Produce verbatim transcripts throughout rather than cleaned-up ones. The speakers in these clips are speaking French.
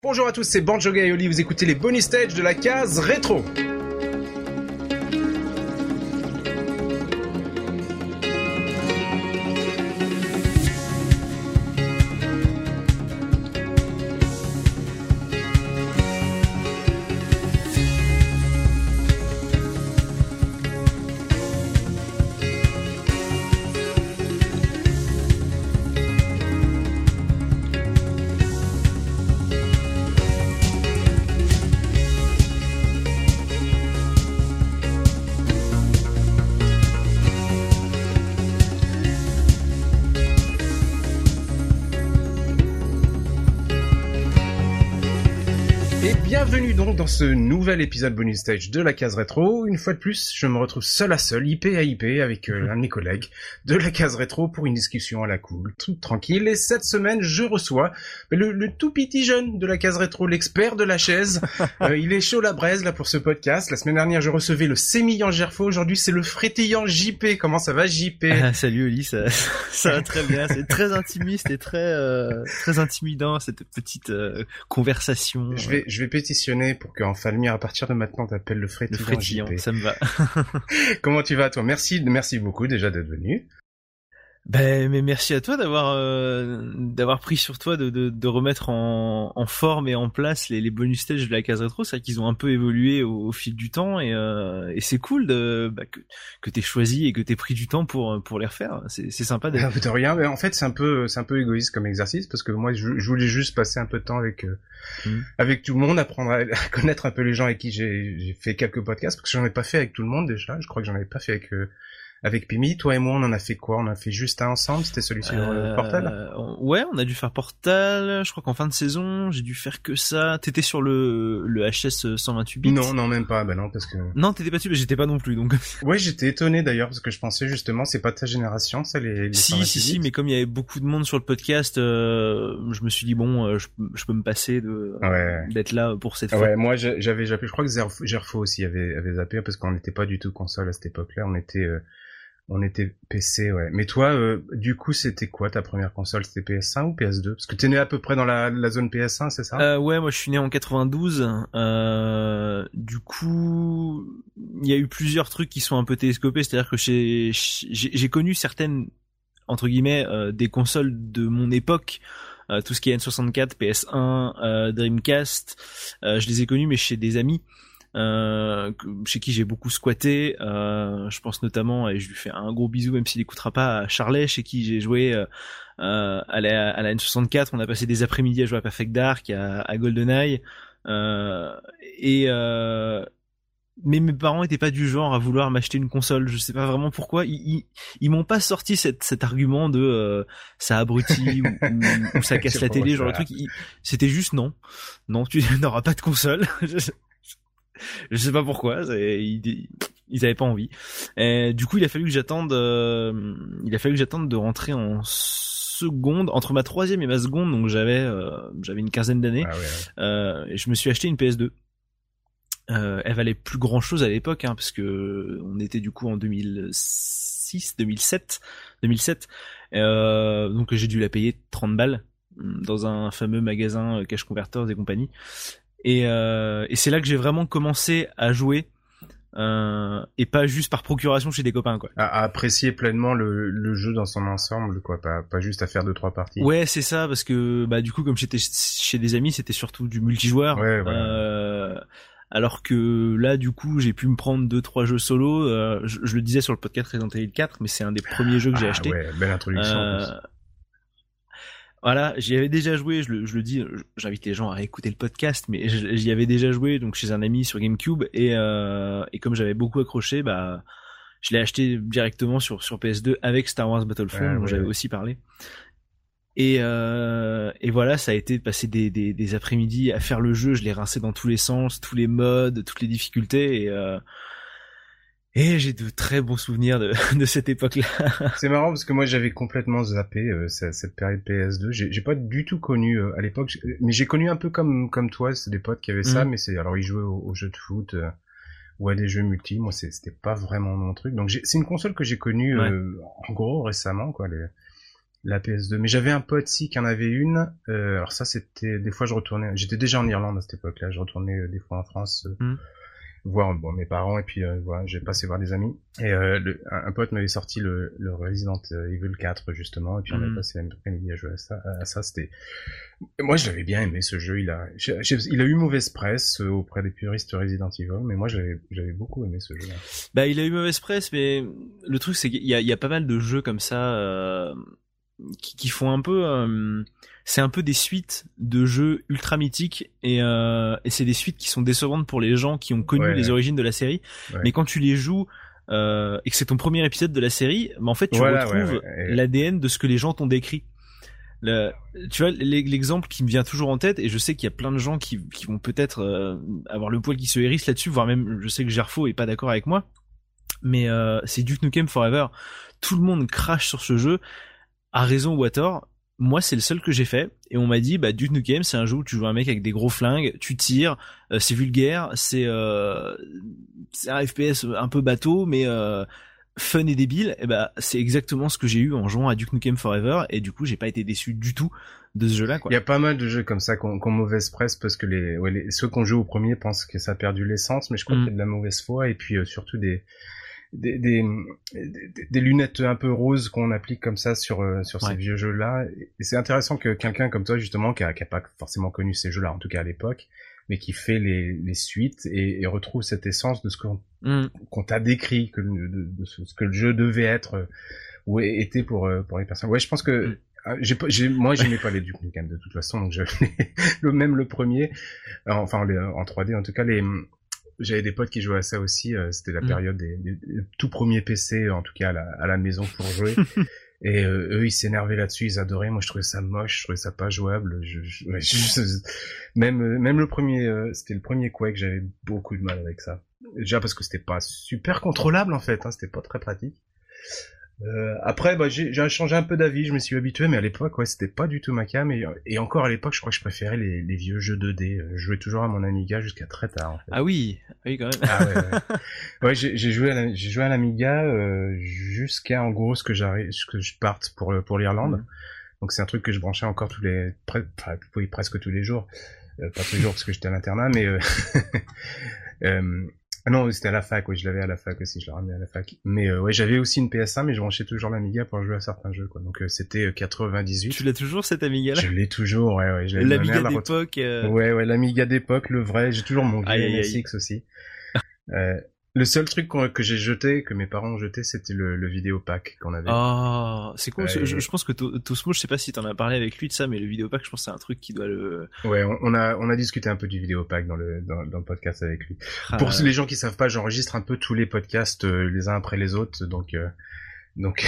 Bonjour à tous, c'est Banjo et Oli, vous écoutez les bonus stages de la case rétro. Bienvenue donc dans ce nouvel épisode bonus stage de la case rétro. Une fois de plus, je me retrouve seul à seul, I P à I P, avec euh, l'un de mes collègues de la case rétro pour une discussion à la cool, tout tranquille. Et cette semaine, je reçois le, le tout petit jeune de la case rétro, l'expert de la chaise. Euh, il est chaud la braise là pour ce podcast. La semaine dernière, je recevais le sémillant Gerfo. Aujourd'hui, c'est le frétillant J P. Comment ça va, J P? Ah, salut Oli, ça, ça va très bien. C'est très intimiste et très euh, très intimidant cette petite euh, conversation. Je vais je vais pétitionner pour qu'en Falmire, à partir de maintenant, t'appelles le frétillant, le frétillant J P. Ça me va. Comment tu vas, toi? Merci, merci beaucoup déjà d'être venu. Ben, mais merci à toi d'avoir euh, d'avoir pris sur toi de, de, de remettre en, en forme et en place les, les bonus stages de la case rétro. C'est vrai qu'ils ont un peu évolué au, au fil du temps et, euh, et c'est cool de bah, que que t'aies choisi et que t'aies pris du temps pour pour les refaire. C'est c'est sympa d'être. Ah, de rien, mais en fait c'est un peu c'est un peu égoïste comme exercice parce que moi je, je voulais juste passer un peu de temps avec euh, mmh. avec tout le monde, apprendre à, à connaître un peu les gens avec qui j'ai j'ai fait quelques podcasts parce que j'en ai pas fait avec tout le monde déjà. Je crois que j'en avais pas fait avec euh, Avec Pimi, toi et moi, on en a fait quoi? On a fait juste un ensemble, c'était celui-ci euh, de Portal? Ouais, on a dû faire Portal, je crois qu'en fin de saison, j'ai dû faire que ça. T'étais sur le, le H S cent vingt-huit bits? Non, non, même pas, bah non, parce que... Non, t'étais pas dessus, mais j'étais pas non plus, donc... Ouais, j'étais étonné d'ailleurs, parce que je pensais justement, c'est pas de ta génération, ça, les, les Si, si, si, mais comme il y avait beaucoup de monde sur le podcast, euh, je me suis dit, bon, euh, je, je peux me passer de ouais. d'être là pour cette ouais, fois. Ouais, moi, j'avais jappé, je crois que Gerfo, Gerfo aussi avait, avait zappé, parce qu'on n'était pas du tout console à cette époque-là, on était... Euh... On était P C, ouais. Mais toi, euh, du coup, c'était quoi ta première console? C'était P S un ou P S deux? Parce que t'es né à peu près dans la, la zone P S un, c'est ça? euh, Ouais, moi je suis né en quatre-vingt-douze. Euh, du coup, il y a eu plusieurs trucs qui sont un peu télescopés. C'est-à-dire que j'ai, j'ai, j'ai connu certaines, entre guillemets, euh, des consoles de mon époque. Euh, tout ce qui est N soixante-quatre, P S un, euh, Dreamcast. Euh, je les ai connus, mais chez des amis. Euh, chez qui j'ai beaucoup squatté, euh, je pense notamment, et je lui fais un gros bisou même s'il écoutera pas, à Charlet, chez qui j'ai joué euh, à, la, à la N soixante-quatre. On a passé des après-midi à jouer à Perfect Dark, à, à GoldenEye, euh, et euh, mais mes parents étaient pas du genre à vouloir m'acheter une console. Je sais pas vraiment pourquoi. Ils, ils, ils m'ont pas sorti cette, cet argument de euh, ça abrutit ou, ou, ou ça casse la télé, genre le truc. Ils, c'était juste non, non, tu n'auras pas de console. Je sais pas pourquoi, ils, ils avaient pas envie. Et du coup, il a fallu que j'attende, euh, il a fallu que j'attende de rentrer en seconde, entre ma troisième et ma seconde, donc j'avais, euh, j'avais une quinzaine d'années. Ah ouais. Euh, et je me suis acheté une P S deux. Euh, elle valait plus grand chose à l'époque, hein, parce que on était du coup en deux mille six, deux mille sept, deux mille sept. Euh, donc j'ai dû la payer trente balles dans un fameux magasin Cash Converters et compagnie. Et, euh, et c'est là que j'ai vraiment commencé à jouer, euh, et pas juste par procuration chez des copains, quoi. À, à apprécier pleinement le, le jeu dans son ensemble, quoi, pas, pas juste à faire deux trois parties. Ouais, c'est ça, parce que bah du coup, comme j'étais chez des amis, c'était surtout du multijoueur. Ouais, voilà. Euh, alors que là, du coup, j'ai pu me prendre deux trois jeux solo. Euh, je, je le disais sur le podcast Resident Evil quatre, mais c'est un des premiers jeux que j'ai ah, acheté. Ouais, belle introduction. Euh, en plus. Voilà, j'y avais déjà joué, je le, je le dis, j'invite les gens à écouter le podcast, mais j'y avais déjà joué donc chez un ami sur GameCube et euh, et comme j'avais beaucoup accroché, bah je l'ai acheté directement sur sur P S deux avec Star Wars Battlefront, ouais, dont ouais. j'avais aussi parlé. Et euh, et voilà, ça a été de passer des des des après-midi à faire le jeu, je l'ai rincé dans tous les sens, tous les modes, toutes les difficultés et euh, Et j'ai de très bons souvenirs de, de cette époque-là. C'est marrant parce que moi j'avais complètement zappé euh, cette, cette période P S deux. J'ai, j'ai pas du tout connu euh, à l'époque, mais j'ai connu un peu comme comme toi, c'est des potes qui avaient ça, mmh. mais c'est alors ils jouaient aux, aux jeux de foot euh, ou à des jeux multi. Moi c'est, c'était pas vraiment mon truc. Donc j'ai, c'est une console que j'ai connue Ouais. euh, en gros récemment, quoi. Les, la P S deux. Mais j'avais un pote si qui en avait une. Euh, alors ça, c'était des fois je retournais. J'étais déjà en Irlande à cette époque-là. Je retournais euh, des fois en France euh, Mm. voir bon mes parents et puis euh, voilà, j'ai passé voir des amis. Et euh, le, un, un pote m'avait sorti le, le Resident Evil quatre justement. Et puis on Mm. avait passé l'après-midi à jouer à ça. À ça, c'était. Moi, je l'avais bien aimé ce jeu. Il a, j'ai, j'ai, il a eu mauvaise presse euh, auprès des puristes Resident Evil, mais moi, j'avais, j'avais beaucoup aimé ce jeu-là. Bah, il a eu mauvaise presse, mais le truc c'est qu'il y a, il y a pas mal de jeux comme ça euh, qui, qui font un peu. Euh, c'est un peu des suites de jeux ultra mythiques et, euh, et c'est des suites qui sont décevantes pour les gens qui ont connu Ouais, les ouais. origines de la série. Ouais. Mais quand tu les joues euh, et que c'est ton premier épisode de la série, bah, en fait tu Voilà, retrouves ouais, ouais. Et... l'A D N de ce que les gens t'ont décrit. Le, tu vois l'exemple qui me vient toujours en tête, et je sais qu'il y a plein de gens qui, qui vont peut-être euh, avoir le poil qui se hérisse là-dessus, voire même je sais que Gerfo est pas d'accord avec moi, mais euh, c'est Duke Nukem Forever. Tout le monde crache sur ce jeu, à raison ou à tort. Moi, c'est le seul que j'ai fait, et on m'a dit, bah, Duke Nukem, c'est un jeu où tu joues un mec avec des gros flingues, tu tires, euh, c'est vulgaire, c'est, euh, c'est un F P S un peu bateau, mais euh, fun et débile. Et bah, c'est exactement ce que j'ai eu en jouant à Duke Nukem Forever, et du coup, j'ai pas été déçu du tout de ce jeu-là, quoi. Il y a pas mal de jeux comme ça qui ont, qui ont mauvaise presse parce que les, ouais, les ceux qui ont joué au premier pensent que ça a perdu l'essence, mais je crois mm. qu'il y a de la mauvaise foi, et puis euh, surtout des Des, des, des, des lunettes un peu roses qu'on applique comme ça sur euh, sur ouais. ces vieux jeux-là. Et c'est intéressant que quelqu'un comme toi, justement, qui a, qui a pas forcément connu ces jeux-là, en tout cas à l'époque, mais qui fait les, les suites et, et retrouve cette essence de ce qu'on, mm. qu'on t'a décrit, que, de, de ce, ce que le jeu devait être euh, ou était pour euh, pour les personnes. Ouais, je pense que mm. j'ai, j'ai, moi, j'aimais pas les Duke Nukem de toute façon, donc je le même le premier, enfin les, en trois D en tout cas les. J'avais des potes qui jouaient à ça aussi, euh, c'était la mmh. période des, des, des tout premiers P C, en tout cas à la, à la maison pour jouer. Et euh, eux, ils s'énervaient là-dessus, ils adoraient. Moi, je trouvais ça moche, je trouvais ça pas jouable. Je, je, ouais, je, même, même le premier, euh, c'était le premier Quake, j'avais beaucoup de mal avec ça. Déjà parce que c'était pas super contrôlable en fait, hein, c'était pas très pratique. Euh, après, bah, j'ai, j'ai changé un peu d'avis, je me suis habitué, mais à l'époque, ouais, c'était pas du tout ma cam. Et, et encore à l'époque, je crois que je préférais les, les vieux jeux deux D. Je jouais toujours à mon Amiga jusqu'à très tard. En fait. Ah oui, oui quand même. Ah ouais, ouais. ouais j'ai, j'ai joué, à la, j'ai joué à l'Amiga euh, jusqu'à en gros ce que j'arrive, ce que je parte pour pour l'Irlande. Mmh. Donc c'est un truc que je branchais encore tous les, pre, enfin, oui, presque tous les jours. Euh, pas tous les jours parce que j'étais à l'internat, mais euh, euh, Ah non, c'était à la fac, oui, je l'avais à la fac aussi, je l'ai ramené à la fac. Mais euh, ouais, j'avais aussi une P S un, mais je branchais toujours l'Amiga pour jouer à certains jeux, quoi. Donc euh, c'était euh, quatre-vingt-dix-huit. Tu l'as toujours cette Amiga-là ? Je l'ai toujours, ouais, ouais. Je l'ai L'Amiga d'époque. Euh... Ouais, ouais, l'Amiga d'époque, le vrai. J'ai toujours mon vieux M S X aussi. euh, le seul truc que j'ai jeté, que mes parents ont jeté, c'était le, le vidéopack qu'on avait. Ah, oh, c'est cool. Ouais, je, je pense que Tosmo, je sais pas si t'en as parlé avec lui de ça, mais le vidéopack, je pense que c'est un truc qui doit le. Ouais, on, on a on a discuté un peu du vidéopack dans le dans, dans le podcast avec lui. Ah, Pour les gens qui savent pas, j'enregistre un peu tous les podcasts euh, les uns après les autres, donc. Euh... Donc,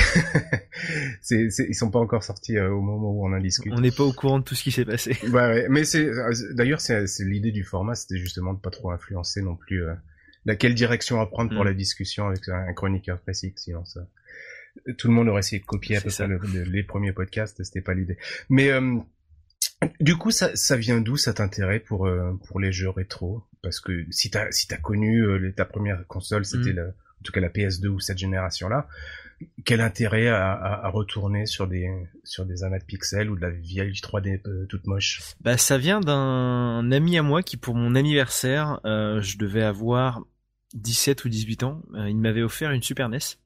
c'est, c'est, ils sont pas encore sortis euh, au moment où on en discute. On n'est pas au courant de tout ce qui s'est passé. Ouais, ouais. Mais c'est, d'ailleurs, c'est, c'est l'idée du format, c'était justement de pas trop influencer non plus euh, la quelle direction à prendre pour mmh. la discussion avec un, un chroniqueur précis, sinon ça, tout le monde aurait essayé de copier à peu près le, le, les premiers podcasts, c'était pas l'idée. Mais euh, du coup, ça, ça vient d'où cet intérêt pour euh, pour les jeux rétro ? Parce que si t'as si t'as connu euh, ta première console, c'était mmh. la, en tout cas la P S deux ou cette génération-là. Quel intérêt à, à, à retourner sur des sur des amas de pixels ou de la vieille trois D euh, toute moche ? Bah ça vient d'un ami à moi qui pour mon anniversaire, euh, je devais avoir dix-sept ou dix-huit ans, euh, il m'avait offert une Super N E S.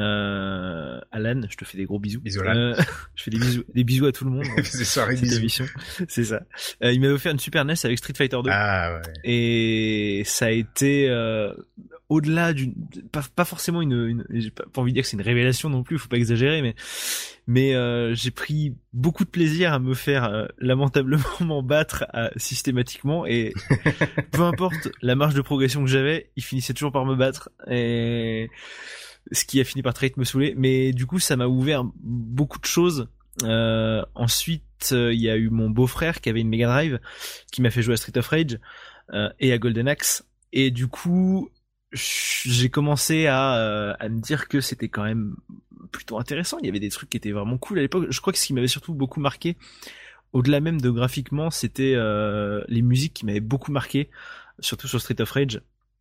Euh, Alan, je te fais des gros bisous. Bisous Alan. Euh, je fais des bisous, des bisous à tout le monde. C'est soirée bisous. Émission. C'est ça. Euh, il m'avait offert une Super N E S avec Street Fighter deux. Ah ouais. Et ça a été euh, au-delà d'une, pas, pas forcément une, une j'ai pas, pas envie de dire que c'est une révélation non plus, faut pas exagérer, mais mais euh, j'ai pris beaucoup de plaisir à me faire euh, lamentablement m'en battre à, systématiquement et peu importe la marge de progression que j'avais, il finissait toujours par me battre et ce qui a fini par très vite me saouler, mais du coup ça m'a ouvert beaucoup de choses. Euh, ensuite il euh, y a eu mon beau-frère qui avait une Mega Drive qui m'a fait jouer à Street of Rage euh, et à Golden Axe, et du coup j'ai commencé à, euh, à me dire que c'était quand même plutôt intéressant, il y avait des trucs qui étaient vraiment cool à l'époque. Je crois que ce qui m'avait surtout beaucoup marqué, au-delà même de graphiquement, c'était euh, les musiques qui m'avaient beaucoup marqué, surtout sur Street of Rage.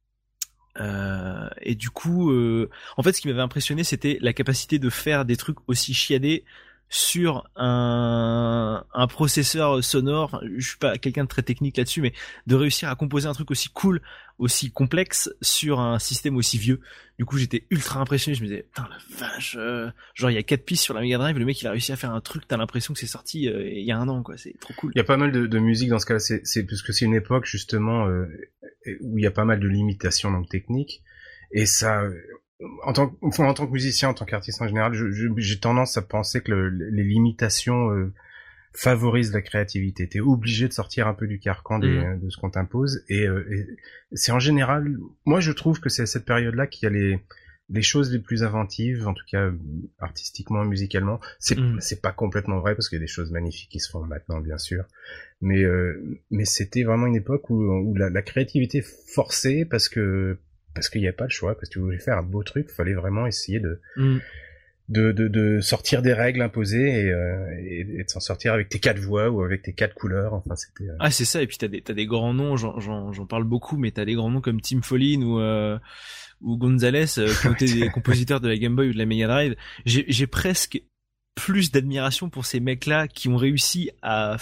Euh, et du coup, euh, en fait, ce qui m'avait impressionné, c'était la capacité de faire des trucs aussi chiadés sur un, un processeur sonore, je suis pas quelqu'un de très technique là-dessus, mais de réussir à composer un truc aussi cool, aussi complexe sur un système aussi vieux. Du coup, j'étais ultra impressionné. Je me disais, putain, la vache, euh, genre il y a quatre pistes sur la Mega Drive, le mec il a réussi à faire un truc, t'as l'impression que c'est sorti euh, il y a un an, quoi. C'est trop cool. Il y a pas mal de, de musique dans ce cas-là, c'est, c'est parce que c'est une époque justement euh, où il y a pas mal de limitations donc techniques, et ça, en tant, enfin, en tant que musicien, en tant qu'artiste en général, je, je, j'ai tendance à penser que le, les limitations euh, favorisent la créativité. T'es obligé de sortir un peu du carcan des, mmh. de ce qu'on t'impose, et, euh, et c'est en général, moi je trouve que c'est à cette période-là qu'il y a les les choses les plus inventives, en tout cas artistiquement, musicalement. C'est mmh. c'est pas complètement vrai parce qu'il y a des choses magnifiques qui se font maintenant, bien sûr, mais euh, mais c'était vraiment une époque où où la, la créativité forçait parce que parce qu'il n'y avait pas le choix, parce que tu voulais faire un beau truc, il fallait vraiment essayer de mmh. De, de, de sortir des règles imposées et, euh, et, et de s'en sortir avec tes quatre voix ou avec tes quatre couleurs. Enfin, c'était. Euh... Ah, c'est ça. Et puis t'as des t'as des grands noms. J'en j'en j'en parle beaucoup, mais t'as des grands noms comme Tim Follin ou euh, ou Gonzalez euh, qui ont été des compositeurs de la Game Boy ou de la Mega Drive. J'ai j'ai presque plus d'admiration pour ces mecs-là qui ont réussi à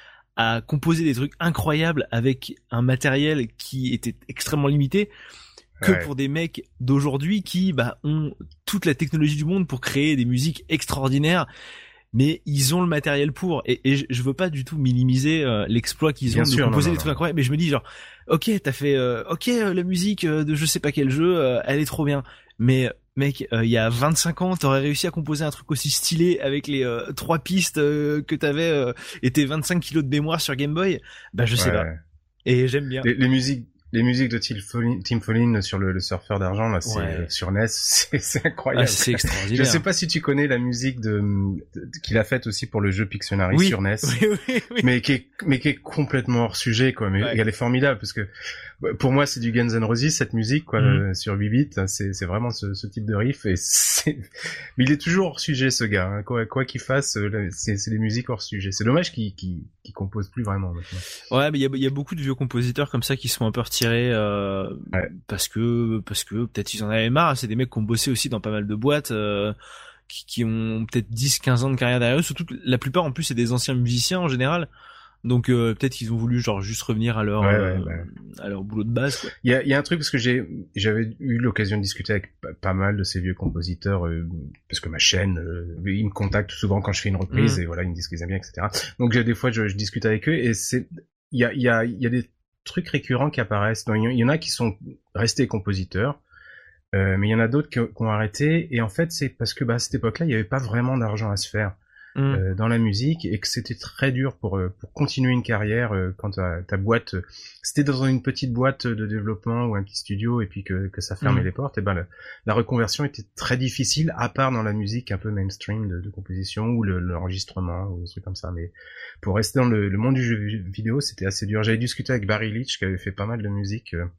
à composer des trucs incroyables avec un matériel qui était extrêmement limité, que ouais. pour des mecs d'aujourd'hui qui bah ont toute la technologie du monde pour créer des musiques extraordinaires, mais ils ont le matériel pour, et, et je veux pas du tout minimiser euh, l'exploit qu'ils ont Bien de sûr, composer non, non, des trucs non. incroyables, mais je me dis genre ok t'as fait euh, ok euh, la musique euh, de je sais pas quel jeu euh, elle est trop bien, mais mec euh, il y a vingt-cinq ans t'aurais réussi à composer un truc aussi stylé avec les euh, trois pistes euh, que t'avais euh, et tes vingt-cinq kilos de mémoire sur Game Boy, bah je sais ouais. pas, et j'aime bien les, les musiques Les musiques de Tim Follin, Tim Follin sur le, le surfeur d'argent, là, c'est, ouais. sur N E S, c'est, c'est incroyable. Ah, c'est extraordinaire. Je sais pas si tu connais la musique de, de qu'il a faite aussi pour le jeu Pictionary oui. sur N E S. Oui, oui, oui. Mais qui est, mais qui est complètement hors sujet, quoi. Mais ouais. elle est formidable parce que, pour moi, c'est du Guns N' Roses, cette musique, quoi, mm. euh, sur huit bits. C'est, c'est vraiment ce, ce type de riff, et c'est, mais il est toujours hors sujet, ce gars, hein. Quoi, quoi qu'il fasse, c'est, c'est des musiques hors sujet. C'est dommage qu'il, qu'il, qu'il compose plus vraiment, maintenant. Ouais, mais il y a, il y a beaucoup de vieux compositeurs comme ça qui sont un peu retirés, euh, ouais. parce que, parce que peut-être ils en avaient marre. C'est des mecs qui ont bossé aussi dans pas mal de boîtes, euh, qui, qui ont peut-être dix, quinze ans de carrière derrière eux. Surtout que la plupart, en plus, c'est des anciens musiciens en général. Donc euh, peut-être qu'ils ont voulu genre juste revenir à leur ouais, euh, ouais, ouais. à leur boulot de base, quoi. Il y a il y a un truc parce que j'ai j'avais eu l'occasion de discuter avec pas, pas mal de ces vieux compositeurs, euh, parce que ma chaîne euh, ils me contactent souvent quand je fais une reprise mmh. et voilà, ils me disent qu'ils aiment bien, et cetera. Donc des fois je, je discute avec eux et c'est il y a il y a il y a des trucs récurrents qui apparaissent. Donc, il y en a qui sont restés compositeurs, euh, mais il y en a d'autres qui, qui ont arrêté, et en fait c'est parce que bah à cette époque-là il y avait pas vraiment d'argent à se faire. Mmh. Euh, dans la musique, et que c'était très dur pour pour continuer une carrière euh, quand ta, ta boîte euh, c'était dans une petite boîte de développement ou un petit studio et puis que que ça fermait mmh. les portes, et ben le, la reconversion était très difficile, à part dans la musique un peu mainstream de, de composition ou le, l'enregistrement ou des trucs comme ça. Mais pour rester dans le, le monde du jeu vidéo, c'était assez dur. J'avais discuté avec Barry Leitch qui avait fait pas mal de musique euh,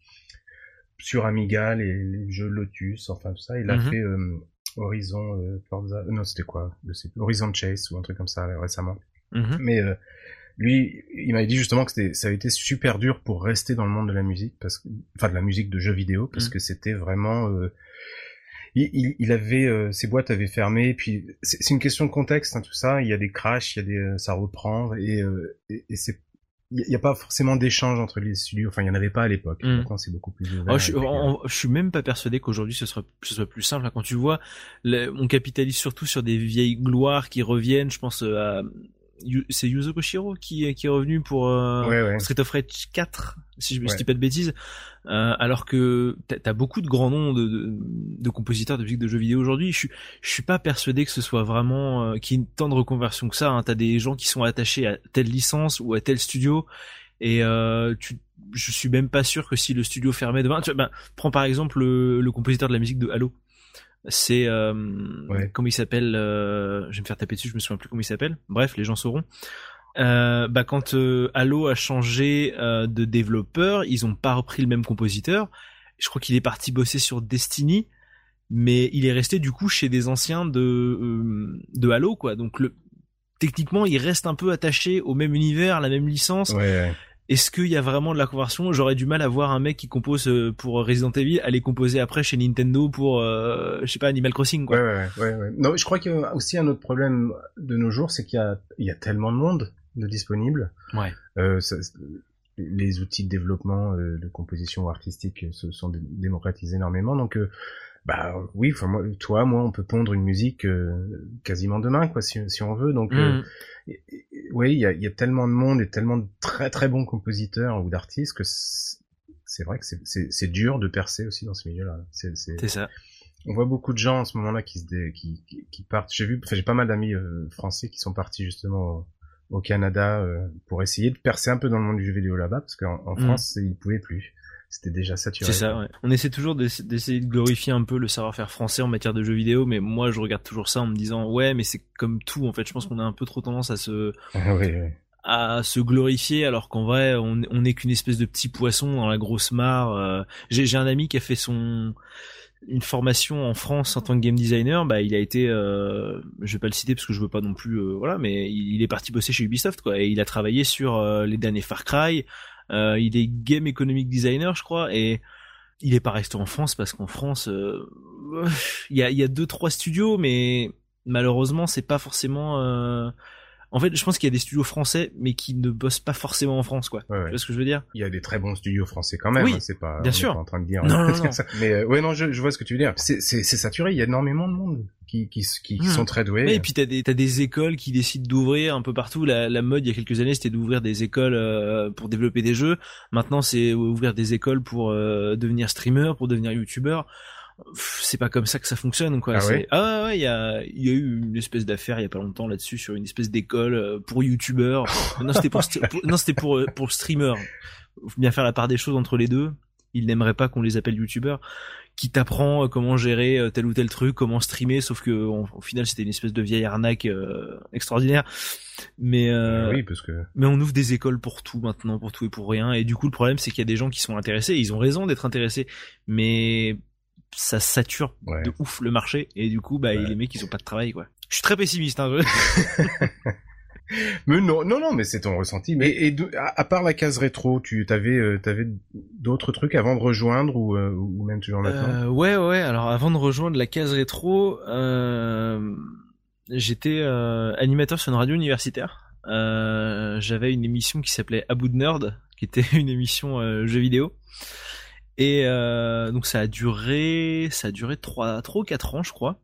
sur Amiga, les, les jeux Lotus, enfin tout ça. Il a mmh. fait euh, Horizon euh, Forza, non c'était quoi, je sais plus, Horizon Chase ou un truc comme ça récemment. Mm-hmm. Mais euh, lui, il m'avait dit justement que c'était, ça avait été super dur pour rester dans le monde de la musique, parce que, enfin de la musique de jeux vidéo, parce mm. que c'était vraiment, euh, il, il, il avait, euh, ses boîtes avaient fermé, puis c'est, c'est une question de contexte, hein, tout ça. Il y a des crashs, il y a des, euh, ça reprend, et, euh, et, et c'est il y a pas forcément d'échange entre les studios, enfin il y en avait pas à l'époque. Mmh. Maintenant c'est beaucoup plus ouvert. Oh, je, on, je suis même pas persuadé qu'aujourd'hui ce soit ce soit plus simple. Quand tu vois, le, on capitalise surtout sur des vieilles gloires qui reviennent. Je pense à c'est Yuzo Koshiro qui qui est revenu pour euh, ouais, ouais. Street of Rage quatre, si je me ouais. dis pas de bêtises. Euh, alors que t'as, t'as beaucoup de grands noms de, de, de compositeurs de musique de jeux vidéo aujourd'hui. Je suis je suis pas persuadé que ce soit vraiment euh, qu'il y ait tant de reconversion que ça. Hein. T'as des gens qui sont attachés à telle licence ou à tel studio, et euh, tu je suis même pas sûr que si le studio fermait demain. Tu vois, ben, prends par exemple le, le compositeur de la musique de Halo. C'est euh, ouais. comment il s'appelle, euh, je vais me faire taper dessus, je me souviens plus comment il s'appelle. Bref, les gens sauront. Euh, bah quand euh, Halo a changé euh, de développeur, ils ont pas repris le même compositeur. Je crois qu'il est parti bosser sur Destiny, mais il est resté du coup chez des anciens de euh, de Halo, quoi. Donc le techniquement, il reste un peu attaché au même univers, la même licence. Ouais, ouais. est-ce qu'il y a vraiment de la conversion? J'aurais du mal à voir un mec qui compose pour Resident Evil aller composer après chez Nintendo pour, euh, je sais pas, Animal Crossing, quoi. Ouais, ouais, ouais, ouais. Non, je crois qu'il y a aussi un autre problème de nos jours, c'est qu'il y a, il y a tellement de monde de disponible. Ouais. Euh, ça, les outils de développement, euh, de composition artistique se sont dé- démocratisés énormément, donc, euh, bah oui, enfin moi, toi, moi, on peut pondre une musique euh, quasiment demain, quoi, si, si on veut. Donc, mmh. euh, et, et, oui, il y a, il y a tellement de monde et tellement de très très bons compositeurs ou d'artistes que c'est, c'est vrai que c'est, c'est, c'est dur de percer aussi dans ce milieu-là. C'est, c'est... c'est ça. On voit beaucoup de gens en ce moment-là qui se dé... qui, qui, qui partent. J'ai vu, enfin, j'ai pas mal d'amis euh, français qui sont partis justement au, au Canada euh, pour essayer de percer un peu dans le monde du jeu vidéo là-bas, parce qu'en en mmh. France, ils pouvaient plus. C'était déjà saturé. C'est ça, ouais. On essaie toujours d'essa- d'essayer de glorifier un peu le savoir-faire français en matière de jeux vidéo, mais moi je regarde toujours ça en me disant ouais, mais c'est comme tout en fait. Je pense qu'on a un peu trop tendance à se oui, oui. à se glorifier, alors qu'en vrai on on n'est qu'une espèce de petit poisson dans la grosse mare. Euh, j'ai j'ai un ami qui a fait son une formation en France en tant que game designer. Bah il a été, euh, je vais pas le citer parce que je veux pas non plus, euh, voilà, mais il, il est parti bosser chez Ubisoft, quoi, et il a travaillé sur euh, les derniers Far Cry. Euh, il est game economic designer, je crois, et il est pas resté en France parce qu'en France, euh, il y a, il y a deux trois studios, mais malheureusement, c'est pas forcément. Euh... En fait, je pense qu'il y a des studios français, mais qui ne bossent pas forcément en France, quoi. Ouais, ouais. Tu vois ce que je veux dire? Il y a des très bons studios français quand même. Oui, hein, c'est pas. Bien on sûr. est pas en train de dire. Non, non, non. Ça. Mais euh, ouais, non, je, je vois ce que tu veux dire. C'est, c'est, c'est saturé. Il y a énormément de monde qui, qui, qui, qui mmh. sont très doués. Mais, et puis t'as des, t'as des écoles qui décident d'ouvrir un peu partout. La, la mode il y a quelques années, c'était d'ouvrir des écoles euh, pour développer des jeux. Maintenant, c'est ouvrir des écoles pour euh, devenir streamer, pour devenir youtubeur. C'est pas comme ça que ça fonctionne, quoi. Ah c'est... ouais, ah ouais, il y a, il y a eu une espèce d'affaire il y a pas longtemps là-dessus sur une espèce d'école pour youtubeurs. non, c'était pour, pour, non, c'était pour pour le streamer. Faut bien faire la part des choses entre les deux. Ils n'aimeraient pas qu'on les appelle youtubeurs. Qui t'apprend comment gérer tel ou tel truc, comment streamer, sauf que en, au final c'était une espèce de vieille arnaque euh, extraordinaire. Mais euh, oui, parce que mais on ouvre des écoles pour tout maintenant, pour tout et pour rien. Et du coup le problème c'est qu'il y a des gens qui sont intéressés. Et ils ont raison d'être intéressés, mais ça sature ouais. de ouf le marché. Et du coup bah ouais. les mecs ils ont pas de travail, quoi. Je suis très pessimiste, hein. Mais non, non, non, mais c'est ton ressenti. Mais et de, à, à part la case rétro, tu t'avais, euh, t'avais d'autres trucs avant de rejoindre ou, euh, ou même toujours maintenant? euh, Ouais, ouais. Alors avant de rejoindre la case rétro, euh, j'étais euh, animateur sur une radio universitaire. Euh, j'avais une émission qui s'appelait À bout de nerd, qui était une émission euh, jeux vidéo. Et euh, donc ça a duré, ça a duré trois, trois ou quatre ans, je crois.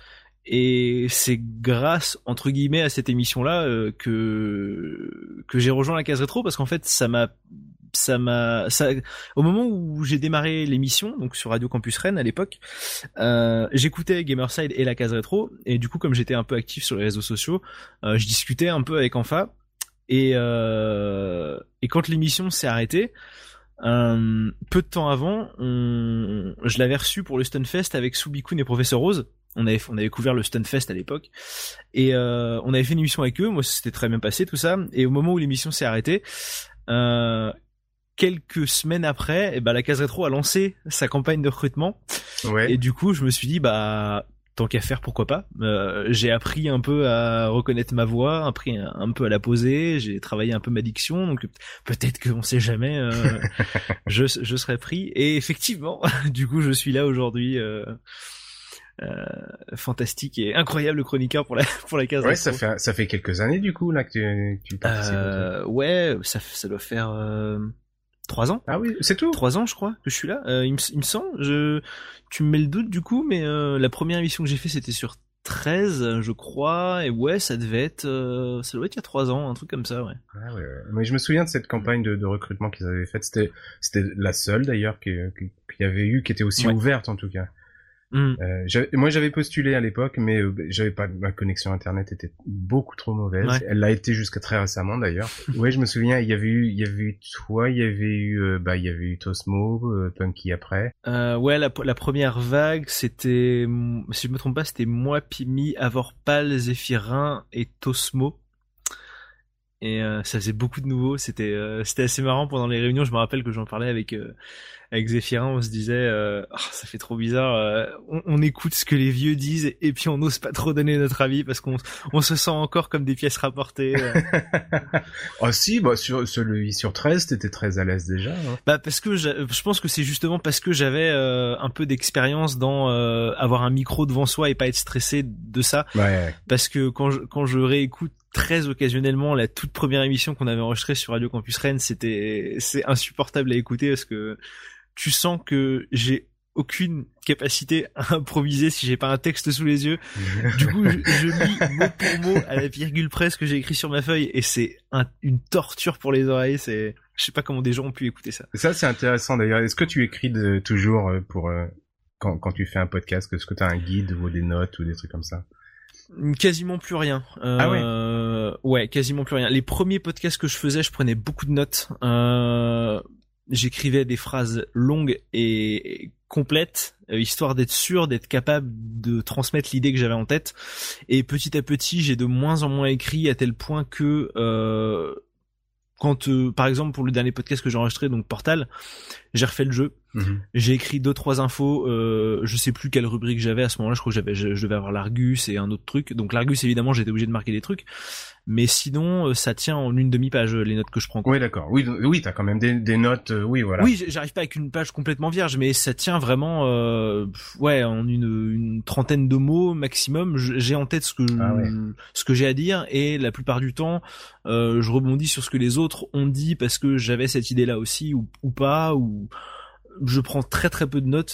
Et c'est grâce entre guillemets à cette émission-là euh, que que j'ai rejoint la case rétro, parce qu'en fait ça m'a ça m'a ça au moment où j'ai démarré l'émission, donc sur Radio Campus Rennes à l'époque, euh, j'écoutais Gamerside et la case rétro, et du coup comme j'étais un peu actif sur les réseaux sociaux, euh, je discutais un peu avec Enfa, et euh, et quand l'émission s'est arrêtée, euh, peu de temps avant, on, je l'avais reçu pour le Stunfest avec Subikun et Professeur Rose. On avait, on avait couvert le Stunfest à l'époque, et euh, on avait fait une émission avec eux. Moi, c'était très bien passé tout ça. Et au moment où l'émission s'est arrêtée, euh, quelques semaines après, eh ben, la case rétro a lancé sa campagne de recrutement. Ouais. Et du coup, je me suis dit, bah, tant qu'à faire, pourquoi pas. Euh, j'ai appris un peu à reconnaître ma voix, appris un, un peu à la poser. J'ai travaillé un peu ma diction, donc peut-être qu'on sait jamais. Euh, je, je serai pris. Et effectivement, du coup, je suis là aujourd'hui. Euh, Euh, fantastique et incroyable chroniqueur pour la pour la case. Ouais, ça fait ça fait quelques années du coup là que tu tu participes. Euh, ouais, ça ça doit faire euh, trois ans. Ah oui, c'est tout. Trois ans, je crois que je suis là. Euh, il me il me semble. Je tu me mets le doute du coup, mais euh, la première émission que j'ai fait c'était sur treize, je crois, et ouais, ça devait être euh, ça doit être il y a trois ans, un truc comme ça, ouais. Ah ouais, ouais. Mais je me souviens de cette campagne de, de recrutement qu'ils avaient faite. C'était c'était la seule d'ailleurs qu'il y avait eu qui était aussi ouais. ouverte en tout cas. Mmh. Euh, j'avais, moi j'avais postulé à l'époque, mais euh, j'avais pas, ma connexion internet était beaucoup trop mauvaise. Ouais. Elle l'a été jusqu'à très récemment d'ailleurs. Ouais, je me souviens, il y avait eu, il y avait eu toi, il y avait eu, euh, bah il y avait eu Tosmo, euh, Punky après. Euh, ouais, la, la première vague, c'était, si je me trompe pas, c'était moi, Pimi, Avorpal, Zéphirin et Tosmo. et euh, ça faisait beaucoup de nouveaux. C'était euh, c'était assez marrant pendant les réunions. Je me rappelle que j'en parlais avec euh, avec Zéphirin, on se disait euh, oh, ça fait trop bizarre, euh, on, on écoute ce que les vieux disent et puis on n'ose pas trop donner notre avis parce qu'on on se sent encore comme des pièces rapportées. Euh. Ah si, bah sur celui sur treize, t'étais très à l'aise déjà. Hein. Bah parce que je pense que c'est justement parce que j'avais euh, un peu d'expérience dans euh, avoir un micro devant soi et pas être stressé de ça. Ouais. Parce que quand je quand je réécoute très occasionnellement la toute première émission qu'on avait enregistrée sur Radio Campus Rennes, c'était c'est insupportable à écouter parce que tu sens que j'ai aucune capacité à improviser si j'ai pas un texte sous les yeux. Du coup, je, je lis mot pour mot à la virgule près ce que j'ai écrit sur ma feuille et c'est un, une torture pour les oreilles. C'est, je sais pas comment des gens ont pu écouter ça. Ça, c'est intéressant d'ailleurs. Est-ce que tu écris de, toujours pour euh, quand, quand tu fais un podcast, est-ce que tu as un guide ou des notes ou des trucs comme ça? Quasiment plus rien. Euh, ah ouais. Ouais, quasiment plus rien. Les premiers podcasts que je faisais, je prenais beaucoup de notes. Euh, j'écrivais des phrases longues et complètes, histoire d'être sûr, d'être capable de transmettre l'idée que j'avais en tête. Et petit à petit, j'ai de moins en moins écrit à tel point que euh, quand, euh, par exemple, pour le dernier podcast que j'ai enregistré, donc Portal, j'ai refait le jeu. Mmh. J'ai écrit deux trois infos, euh, je sais plus quelle rubrique j'avais à ce moment-là, je crois que j'avais je, je devais avoir l'Argus et un autre truc. Donc l'Argus évidemment, j'étais obligé de marquer des trucs. Mais sinon ça tient en une demi-page les notes que je prends. Oui, d'accord. Oui, oui, t'as quand même des, des notes, euh, oui, voilà. Oui, j'arrive pas avec une page complètement vierge, mais ça tient vraiment euh, ouais, en une une trentaine de mots maximum, j'ai en tête ce que ah ouais. ce que j'ai à dire et la plupart du temps, euh, je rebondis sur ce que les autres ont dit parce que j'avais cette idée-là aussi ou ou pas ou je prends très très peu de notes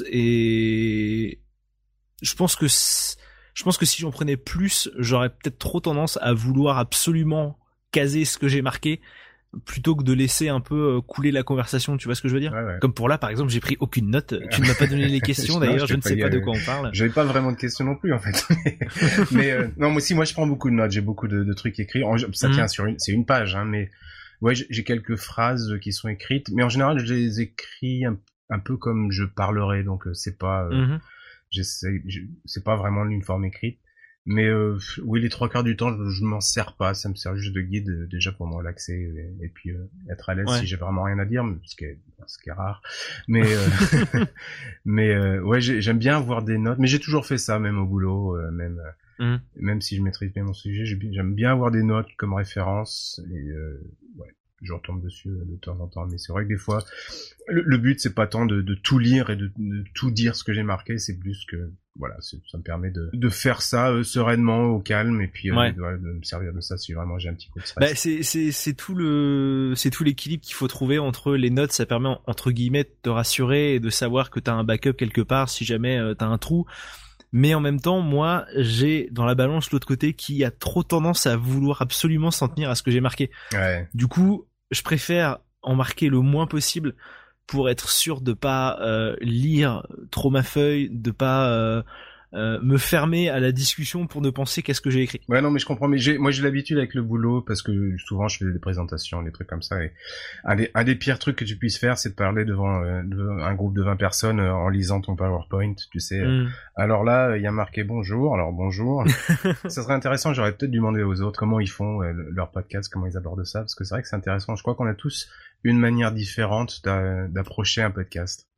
et je pense que je pense que si j'en prenais plus, j'aurais peut-être trop tendance à vouloir absolument caser ce que j'ai marqué plutôt que de laisser un peu couler la conversation, tu vois ce que je veux dire? Ouais, ouais. Comme pour là, par exemple, j'ai pris aucune note. Tu ne m'as pas donné les questions, d'ailleurs, je, je ne sais pas de quoi on parle. J'avais pas vraiment de questions non plus, en fait. mais euh, non, moi aussi, moi, je prends beaucoup de notes. J'ai beaucoup de, de trucs écrits. Ça tient mmh. sur une, c'est une page, hein, mais ouais, j'ai quelques phrases qui sont écrites, mais en général, je les écris un, un peu comme je parlerais, donc c'est pas, euh, mmh. j'essaie, c'est pas vraiment une forme écrite. Mais euh, oui, les trois quarts du temps, je, je m'en sers pas. Ça me sert juste de guide euh, déjà pour me relaxer et, et puis euh, être à l'aise ouais. si j'ai vraiment rien à dire, ce qui est, ce qui est rare. Mais euh, mais euh, ouais, j'aime bien avoir des notes. Mais j'ai toujours fait ça, même au boulot, euh, même mmh. même si je maîtrise bien mon sujet, j'aime bien avoir des notes comme référence. Et euh, ouais, je retombe dessus de temps en temps. Mais c'est vrai que des fois, le, le but c'est pas tant de, de tout lire et de, de tout dire ce que j'ai marqué, c'est plus que voilà, ça me permet de, de faire ça euh, sereinement, au calme, et puis euh, ouais. de, de me servir de ça si vraiment j'ai un petit coup de stress. Bah, c'est c'est c'est tout le c'est tout l'équilibre qu'il faut trouver entre les notes. Ça permet entre guillemets de te rassurer et de savoir que t'as un backup quelque part si jamais euh, t'as un trou. Mais en même temps, moi, j'ai dans la balance l'autre côté qui a trop tendance à vouloir absolument s'en tenir à ce que j'ai marqué. Ouais. Du coup, je préfère en marquer le moins possible pour être sûr de pas euh, lire trop ma feuille, de pas euh, euh, me fermer à la discussion pour ne penser qu'à ce que j'ai écrit. Ouais, non, mais je comprends. Mais j'ai, moi, j'ai l'habitude avec le boulot parce que souvent je fais des présentations, des trucs comme ça. Et un des, un des pires trucs que tu puisses faire, c'est de parler devant euh, de, un groupe de vingt personnes euh, en lisant ton PowerPoint. Tu sais. Mm. Alors là, il y a marqué bonjour. Alors bonjour. Ça serait intéressant. J'aurais peut-être demandé aux autres comment ils font euh, leur podcast, comment ils abordent ça, parce que c'est vrai que c'est intéressant. Je crois qu'on a tous une manière différente d'approcher un podcast.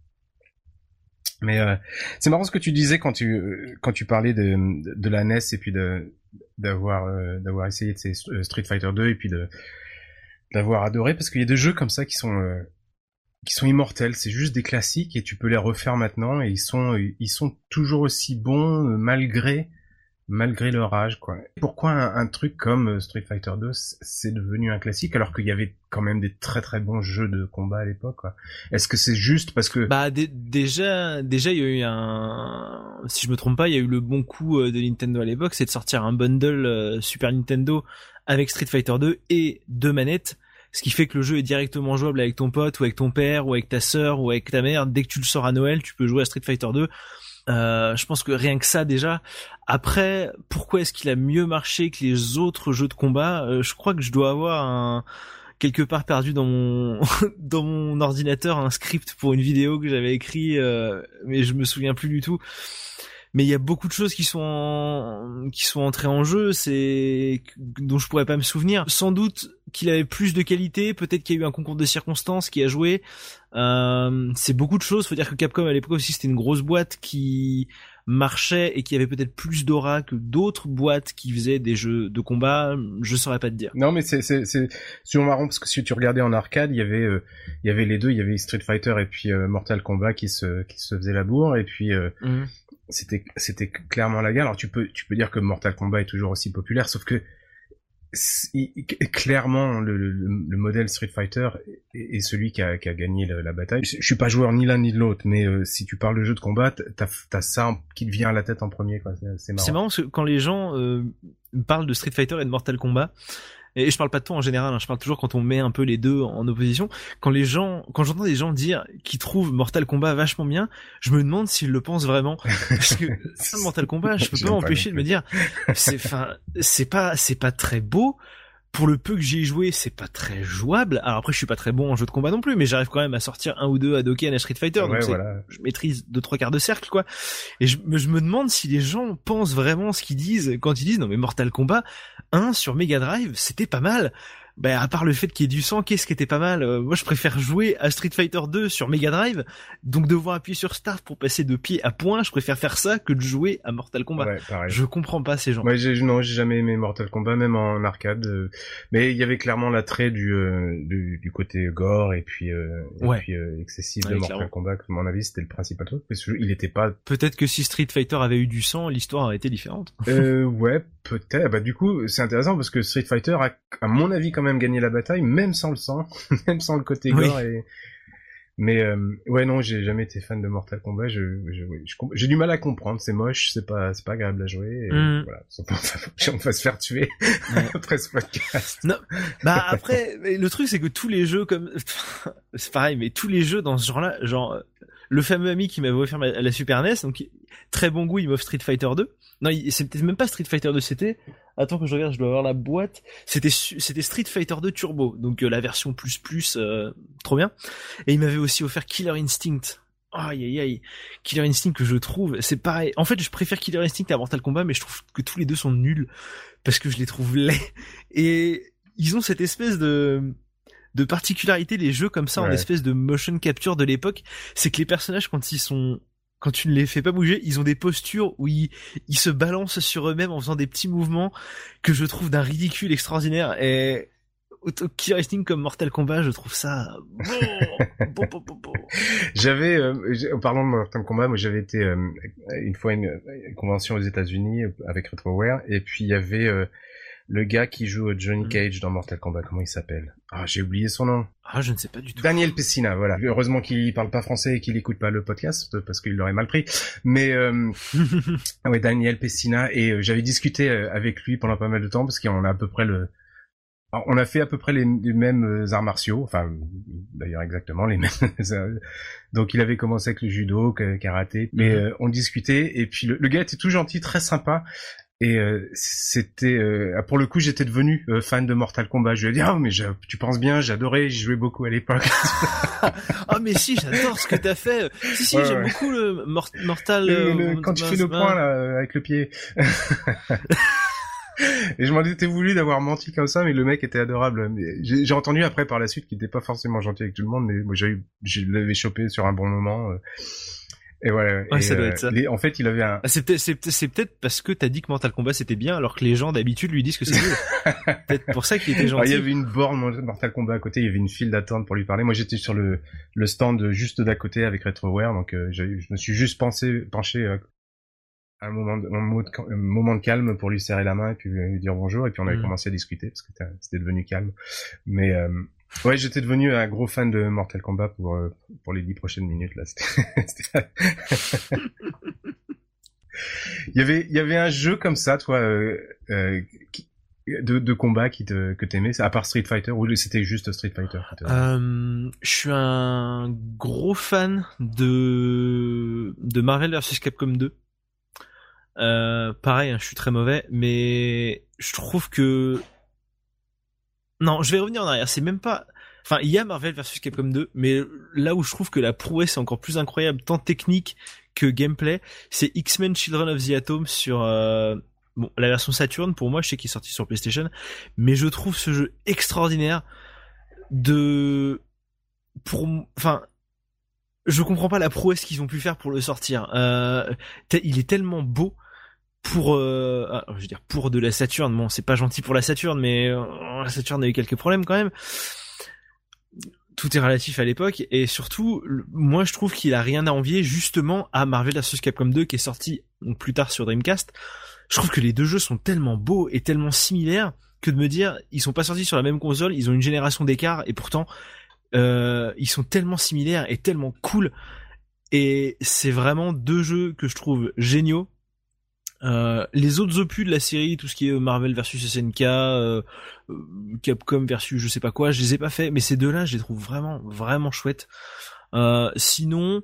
Mais euh, c'est marrant ce que tu disais quand tu quand tu parlais de de, de la N E S et puis de d'avoir euh, d'avoir essayé de ces Street Fighter deux et puis de d'avoir adoré, parce qu'il y a des jeux comme ça qui sont euh, qui sont immortels, c'est juste des classiques et tu peux les refaire maintenant et ils sont ils sont toujours aussi bons malgré malgré leur âge, quoi. Pourquoi un, un truc comme Street Fighter deux c'est devenu un classique alors qu'il y avait quand même des très très bons jeux de combat à l'époque, quoi. Est-ce que c'est juste parce que bah d- déjà déjà il y a eu un, si je me trompe pas, il y a eu le bon coup de Nintendo à l'époque, c'est de sortir un bundle euh, Super Nintendo avec Street Fighter deux et deux manettes, ce qui fait que le jeu est directement jouable avec ton pote ou avec ton père ou avec ta sœur ou avec ta mère. Dès que tu le sors à Noël, tu peux jouer à Street Fighter deux. Euh, je pense que rien que ça déjà. Après, pourquoi est-ce qu'il a mieux marché que les autres jeux de combat? euh, Je crois que je dois avoir un quelque part perdu dans mon dans mon ordinateur un script pour une vidéo que j'avais écrit, euh, mais je me souviens plus du tout. mais il y a beaucoup de choses qui sont en... qui sont entrées en jeu, c'est dont je pourrais pas me souvenir. Sans doute qu'il avait plus de qualité, peut-être qu'il y a eu un concours de circonstances qui a joué. Euh, c'est beaucoup de choses. Faut dire que Capcom à l'époque aussi c'était une grosse boîte qui marchait et qui avait peut-être plus d'aura que d'autres boîtes qui faisaient des jeux de combat. Je saurais pas te dire. Non, mais c'est c'est c'est toujours marrant parce que si tu regardais en arcade, il y avait euh, il y avait les deux, il y avait Street Fighter et puis euh, Mortal Kombat qui se qui se faisaient la bourre et puis euh, mmh. c'était c'était clairement la guerre. Alors tu peux tu peux dire que Mortal Kombat est toujours aussi populaire, sauf que il, clairement le, le, le modèle Street Fighter est, est celui qui a, qui a gagné la, la bataille. Je, je suis pas joueur ni l'un ni de l'autre, mais euh, si tu parles de jeu de combat, t'as t'as ça qui te vient à la tête en premier, quoi. C'est, c'est marrant. C'est marrant parce que quand les gens euh, parlent de Street Fighter et de Mortal Kombat, et je parle pas de toi en général, hein, je parle toujours quand on met un peu les deux en opposition. Quand les gens, quand j'entends des gens dire qu'ils trouvent Mortal Kombat vachement bien, je me demande s'ils le pensent vraiment. Parce que ça, Mortal Kombat, je peux pas m'empêcher de me dire, c'est, enfin, c'est pas, c'est pas très beau. Pour le peu que j'y ai joué, c'est pas très jouable. Alors après, je suis pas très bon en jeu de combat non plus, mais j'arrive quand même à sortir un ou deux Hadouken à Street Fighter, donc ouais, c'est, voilà. Je maîtrise deux trois quarts de cercle, quoi. Et je, je me demande si les gens pensent vraiment ce qu'ils disent quand ils disent non mais Mortal Kombat un sur Mega Drive, c'était pas mal. Ben à part le fait qu'il y ait du sang, qu'est-ce qui était pas mal euh, moi je préfère jouer à Street Fighter deux sur Mega Drive, donc devoir appuyer sur Start pour passer de pied à point, je préfère faire ça que de jouer à Mortal Kombat. Ouais, pareil. Je comprends pas ces gens. Ouais, j'ai, non, j'ai jamais aimé Mortal Kombat, même en arcade. Euh, mais il y avait clairement l'attrait du, euh, du, du côté gore et puis, euh, et ouais. puis euh, excessif ouais, de Mortal clairement. Kombat. À mon avis, c'était le principal truc. Parce qu'il était pas. Peut-être que si Street Fighter avait eu du sang, l'histoire aurait été différente. euh, ouais, peut-être. Bah du coup, c'est intéressant parce que Street Fighter a, à mon avis, quand même gagné la bataille, même sans le sang, même sans le côté gore. Oui. Et... Mais euh, ouais, non, j'ai jamais été fan de Mortal Kombat. Je, je, je, je j'ai du mal à comprendre. C'est moche, c'est pas, c'est pas agréable à jouer. Et mm. Voilà, on va se faire tuer ouais. après ce podcast. Non, bah après, le truc c'est que tous les jeux comme, c'est pareil, mais tous les jeux dans ce genre-là, genre le fameux ami qui m'avait offert la Super N E S, donc très bon goût, il m'offre Street Fighter deux. Non, c'est peut-être même pas Street Fighter deux, c'était, attends que je regarde, je dois avoir la boîte. C'était c'était Street Fighter deux Turbo, donc euh, la version plus plus, euh, trop bien. Et il m'avait aussi offert Killer Instinct. Aïe aïe aïe, Killer Instinct que je trouve, c'est pareil. En fait, je préfère Killer Instinct à Mortal Kombat, mais je trouve que tous les deux sont nuls parce que je les trouve laids. Et ils ont cette espèce de de particularité, les jeux comme ça, ouais. En espèce de motion capture de l'époque, c'est que les personnages quand ils sont quand tu ne les fais pas bouger, ils ont des postures où ils, ils se balancent sur eux-mêmes en faisant des petits mouvements que je trouve d'un ridicule extraordinaire. Et Killer Instinct comme Mortal Kombat, je trouve ça bon, bon, bon, bon. J'avais, euh, en parlant de Mortal Kombat, moi j'avais été euh, une fois à une, une convention aux États-Unis avec RetroWare, et puis il y avait euh, le gars qui joue Johnny Cage dans Mortal Kombat, comment il s'appelle? Ah, j'ai oublié son nom. Ah, je ne sais pas du tout. Daniel Pessina, voilà. Heureusement qu'il parle pas français et qu'il écoute pas le podcast, parce qu'il l'aurait mal pris. Mais, euh, ouais, Daniel Pessina, et euh, j'avais discuté avec lui pendant pas mal de temps, parce qu'on a à peu près le, alors, on a fait à peu près les, les mêmes arts martiaux, enfin, d'ailleurs exactement les mêmes. Donc il avait commencé avec le judo, karaté, mais mm-hmm. euh, on discutait, et puis le, le gars était tout gentil, très sympa. Et euh, c'était euh, pour le coup j'étais devenu euh, fan de Mortal Kombat. Je lui ai dit ah oh, mais je, tu penses bien, j'adorais, j'y jouais beaucoup à l'époque. Ah mais si, j'adore ce que t'as fait. Si si, ouais, j'aime ouais. beaucoup le mor- Mortal. Le, le, quand tu fais le point là avec le pied. Et je m'en étais voulu d'avoir menti comme ça, mais le mec était adorable. Mais j'ai, j'ai entendu après par la suite qu'il était pas forcément gentil avec tout le monde, mais moi j'ai eu, je l'avais chopé sur un bon moment. Euh... Et voilà. Ouais, et ça doit euh, être ça. Les, en fait, il avait un. Ah, c'est peut-être, c'est, c'est peut-être parce que t'as dit que Mortal Kombat c'était bien, alors que les gens d'habitude lui disent que c'est nul. Peut-être pour ça qu'il était gentil. Alors, il y avait une borne Mortal Kombat à côté, il y avait une file d'attente pour lui parler. Moi, j'étais sur le le stand juste d'à côté avec RetroWare, donc euh, je me suis juste pensé, penché euh, à un moment, de, un, moment de, un moment de calme pour lui serrer la main et puis lui dire bonjour, et puis on avait mmh. commencé à discuter parce que c'était devenu calme. Mais euh, ouais, j'étais devenu un gros fan de Mortal Kombat pour euh, pour les dix prochaines minutes là. C'était, c'était... il y avait il y avait un jeu comme ça, toi, euh, euh, qui, de de combat qui te que t'aimais, à part Street Fighter, ou c'était juste Street Fighter? Euh, je suis un gros fan de de Marvel versus Capcom deux. Euh, pareil, hein, je suis très mauvais, mais je trouve que non, je vais revenir en arrière. C'est même pas. Enfin, il y a Marvel versus Capcom deux, mais là où je trouve que la prouesse est encore plus incroyable, tant technique que gameplay. C'est X-Men Children of the Atom sur euh, bon la version Saturn. Pour moi, je sais qu'il est sorti sur PlayStation, mais je trouve ce jeu extraordinaire. De pour enfin je comprends pas la prouesse qu'ils ont pu faire pour le sortir. Euh, il est tellement beau. Pour, euh, ah, je veux dire pour de la Saturn, bon c'est pas gentil pour la Saturn, mais euh, la Saturn a eu quelques problèmes quand même. Tout est relatif à l'époque et surtout, moi je trouve qu'il a rien à envier justement à Marvel versus. Capcom deux qui est sorti donc, plus tard sur Dreamcast. Je trouve que les deux jeux sont tellement beaux et tellement similaires que de me dire ils sont pas sortis sur la même console, ils ont une génération d'écart et pourtant euh, ils sont tellement similaires et tellement cool et c'est vraiment deux jeux que je trouve géniaux. Euh, les autres opus de la série, tout ce qui est Marvel versus S N K, euh, Capcom versus je sais pas quoi, je les ai pas fait, mais ces deux-là, je les trouve vraiment, vraiment chouettes. Euh, sinon,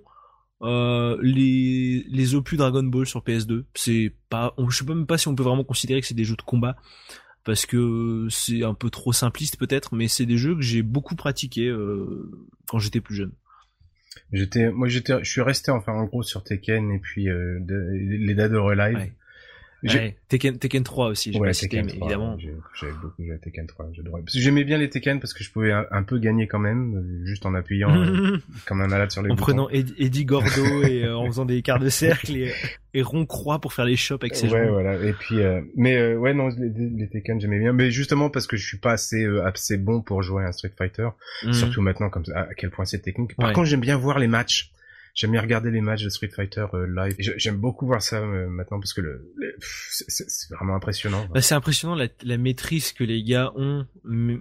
euh, les les opus Dragon Ball sur P S deux, c'est pas, je sais même pas si on peut vraiment considérer que c'est des jeux de combat, parce que c'est un peu trop simpliste peut-être, mais c'est des jeux que j'ai beaucoup pratiqués euh, quand j'étais plus jeune. J'étais, moi j'étais, je suis resté enfin en gros sur Tekken et puis euh, de, les Dead or Alive. Ouais. Ouais, Tekken, Tekken trois aussi, j'ai ouais, pas cité, mais évidemment. J'ai, j'avais beaucoup joué à Tekken trois, j'adorais. Parce que j'aimais bien les Tekken parce que je pouvais un, un peu gagner quand même, juste en appuyant euh, comme un malade sur les en boutons. En prenant Eddie, Eddie Gordo et euh, en faisant des quarts de cercle et, et rond-croix pour faire les chops avec ses ouais, genoux. voilà. Et puis, euh, mais euh, ouais, non, les, les Tekken j'aimais bien, mais justement parce que je suis pas assez euh, assez bon pour jouer à un Street Fighter, mmh. Surtout maintenant comme à quel point c'est technique. Par ouais. contre, j'aime bien voir les matchs. J'aime bien regarder les matchs de Street Fighter euh, live. J'aime beaucoup voir ça euh, maintenant parce que le, le c'est, c'est vraiment impressionnant. Bah, c'est impressionnant la, la maîtrise que les gars ont, mais,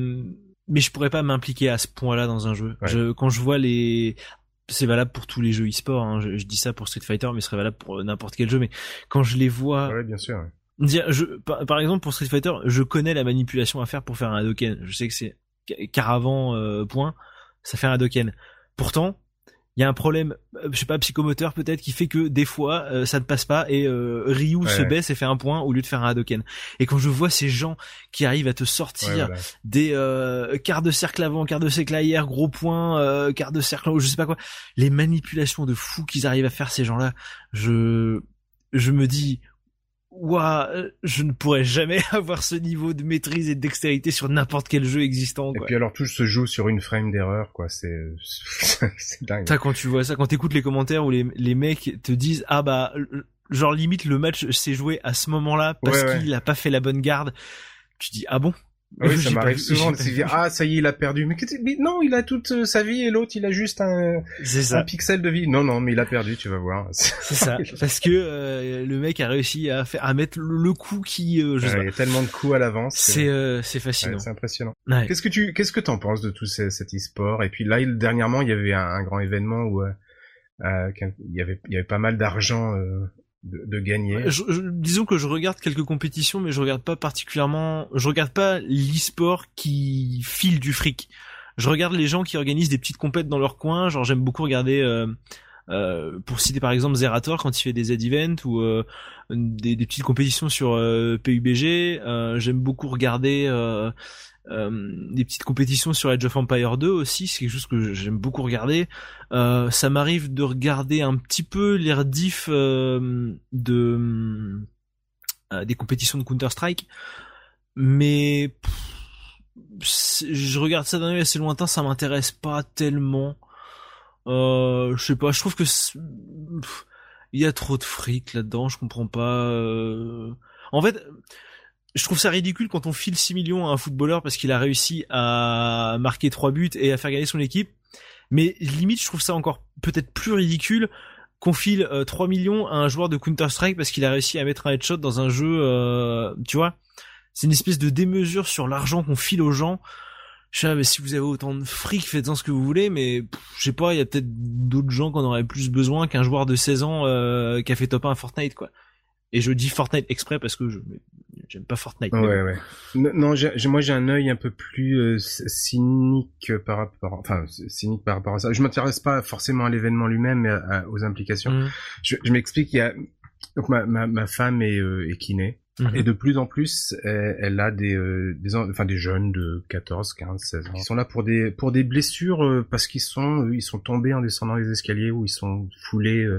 mais je pourrais pas m'impliquer à ce point-là dans un jeu. Ouais. Je, quand je vois les, c'est valable pour tous les jeux e-sport. Hein. Je, je dis ça pour Street Fighter, mais ce serait valable pour n'importe quel jeu. Mais quand je les vois, ouais, bien sûr. Ouais. Dire, je, par, par exemple pour Street Fighter, je connais la manipulation à faire pour faire un Hadouken. Je sais que c'est Caravan euh, point, ça fait un Hadouken. Pourtant il y a un problème, je sais pas, psychomoteur peut-être, qui fait que des fois euh, ça ne passe pas et euh, Ryu ouais, se ouais. baisse et fait un point au lieu de faire un Hadouken. Et quand je vois ces gens qui arrivent à te sortir ouais, voilà. des euh, quarts de cercle avant, quart de cercle arrière, gros point, euh, quart de cercle, je sais pas quoi, les manipulations de fous qu'ils arrivent à faire ces gens-là, je je me dis ouah, je ne pourrais jamais avoir ce niveau de maîtrise et de dextérité sur n'importe quel jeu existant, quoi. Et puis alors tout se joue sur une frame d'erreur, quoi, c'est, c'est dingue. Ça, quand tu vois ça, quand t'écoutes les commentaires où les, les mecs te disent, ah bah, genre limite le match s'est joué à ce moment-là parce ouais, ouais. qu'il a pas fait la bonne garde, tu dis, ah bon? Ah oui, ça m'arrive souvent de se dire, ah, ça y est, il a perdu. Mais, mais non, il a toute sa vie et l'autre, il a juste un, un pixel de vie. Non, non, mais il a perdu, tu vas voir. C'est ça. Parce que, euh, le mec a réussi à faire, à mettre le coup qui, euh, je ouais, sais pas. Il y a tellement de coups à l'avance. C'est, euh, c'est fascinant. Ouais, c'est impressionnant. Ouais. Qu'est-ce que tu, qu'est-ce que t'en penses de tout ce, cet e-sport? Et puis là, il, dernièrement, il y avait un, un grand événement où, euh, euh, il y avait, il y avait pas mal d'argent, euh, De, de gagner. Je, je, disons que je regarde quelques compétitions, mais je regarde pas particulièrement, je regarde pas l'e-sport qui file du fric. Je regarde les gens qui organisent des petites compètes dans leur coin, genre j'aime beaucoup regarder, euh, euh, pour citer par exemple Zerator quand il fait des Z-events ou euh, des, des petites compétitions sur euh, P U B G, euh, j'aime beaucoup regarder euh, Euh, des petites compétitions sur Age of Empires deux aussi, c'est quelque chose que j'aime beaucoup regarder. Euh, ça m'arrive de regarder un petit peu les rediffs euh, de euh, des compétitions de Counter-Strike, mais pff, je regarde ça d'un œil assez lointain, ça m'intéresse pas tellement. Euh, je sais pas, je trouve que il y a trop de fric là-dedans, je comprends pas. Euh... En fait, je trouve ça ridicule quand on file six millions à un footballeur parce qu'il a réussi à marquer trois buts et à faire gagner son équipe. Mais limite, je trouve ça encore peut-être plus ridicule qu'on file euh, trois millions à un joueur de Counter-Strike parce qu'il a réussi à mettre un headshot dans un jeu, euh, tu vois. C'est une espèce de démesure sur l'argent qu'on file aux gens. Je sais pas, mais si vous avez autant de fric, faites-en ce que vous voulez, mais pff, je sais pas, il y a peut-être d'autres gens qu'on aurait plus besoin qu'un joueur de seize ans euh, qui a fait top un à Fortnite, quoi. Et je dis Fortnite exprès parce que je j'aime pas Fortnite. Ouais, ouais. Non, non j'ai, moi j'ai un œil un peu plus euh, cynique par rapport, enfin cynique par rapport à ça. Je m'intéresse pas forcément à l'événement lui-même, mais à, à, aux implications. Mmh. Je, je m'explique. Il y a donc ma ma, ma femme est, euh, est kiné mmh. et de plus en plus elle, elle a des euh, des enfin des jeunes de quatorze, quinze, seize ans qui sont là pour des pour des blessures euh, parce qu'ils sont euh, ils sont tombés en descendant les escaliers ou ils sont foulés. Euh,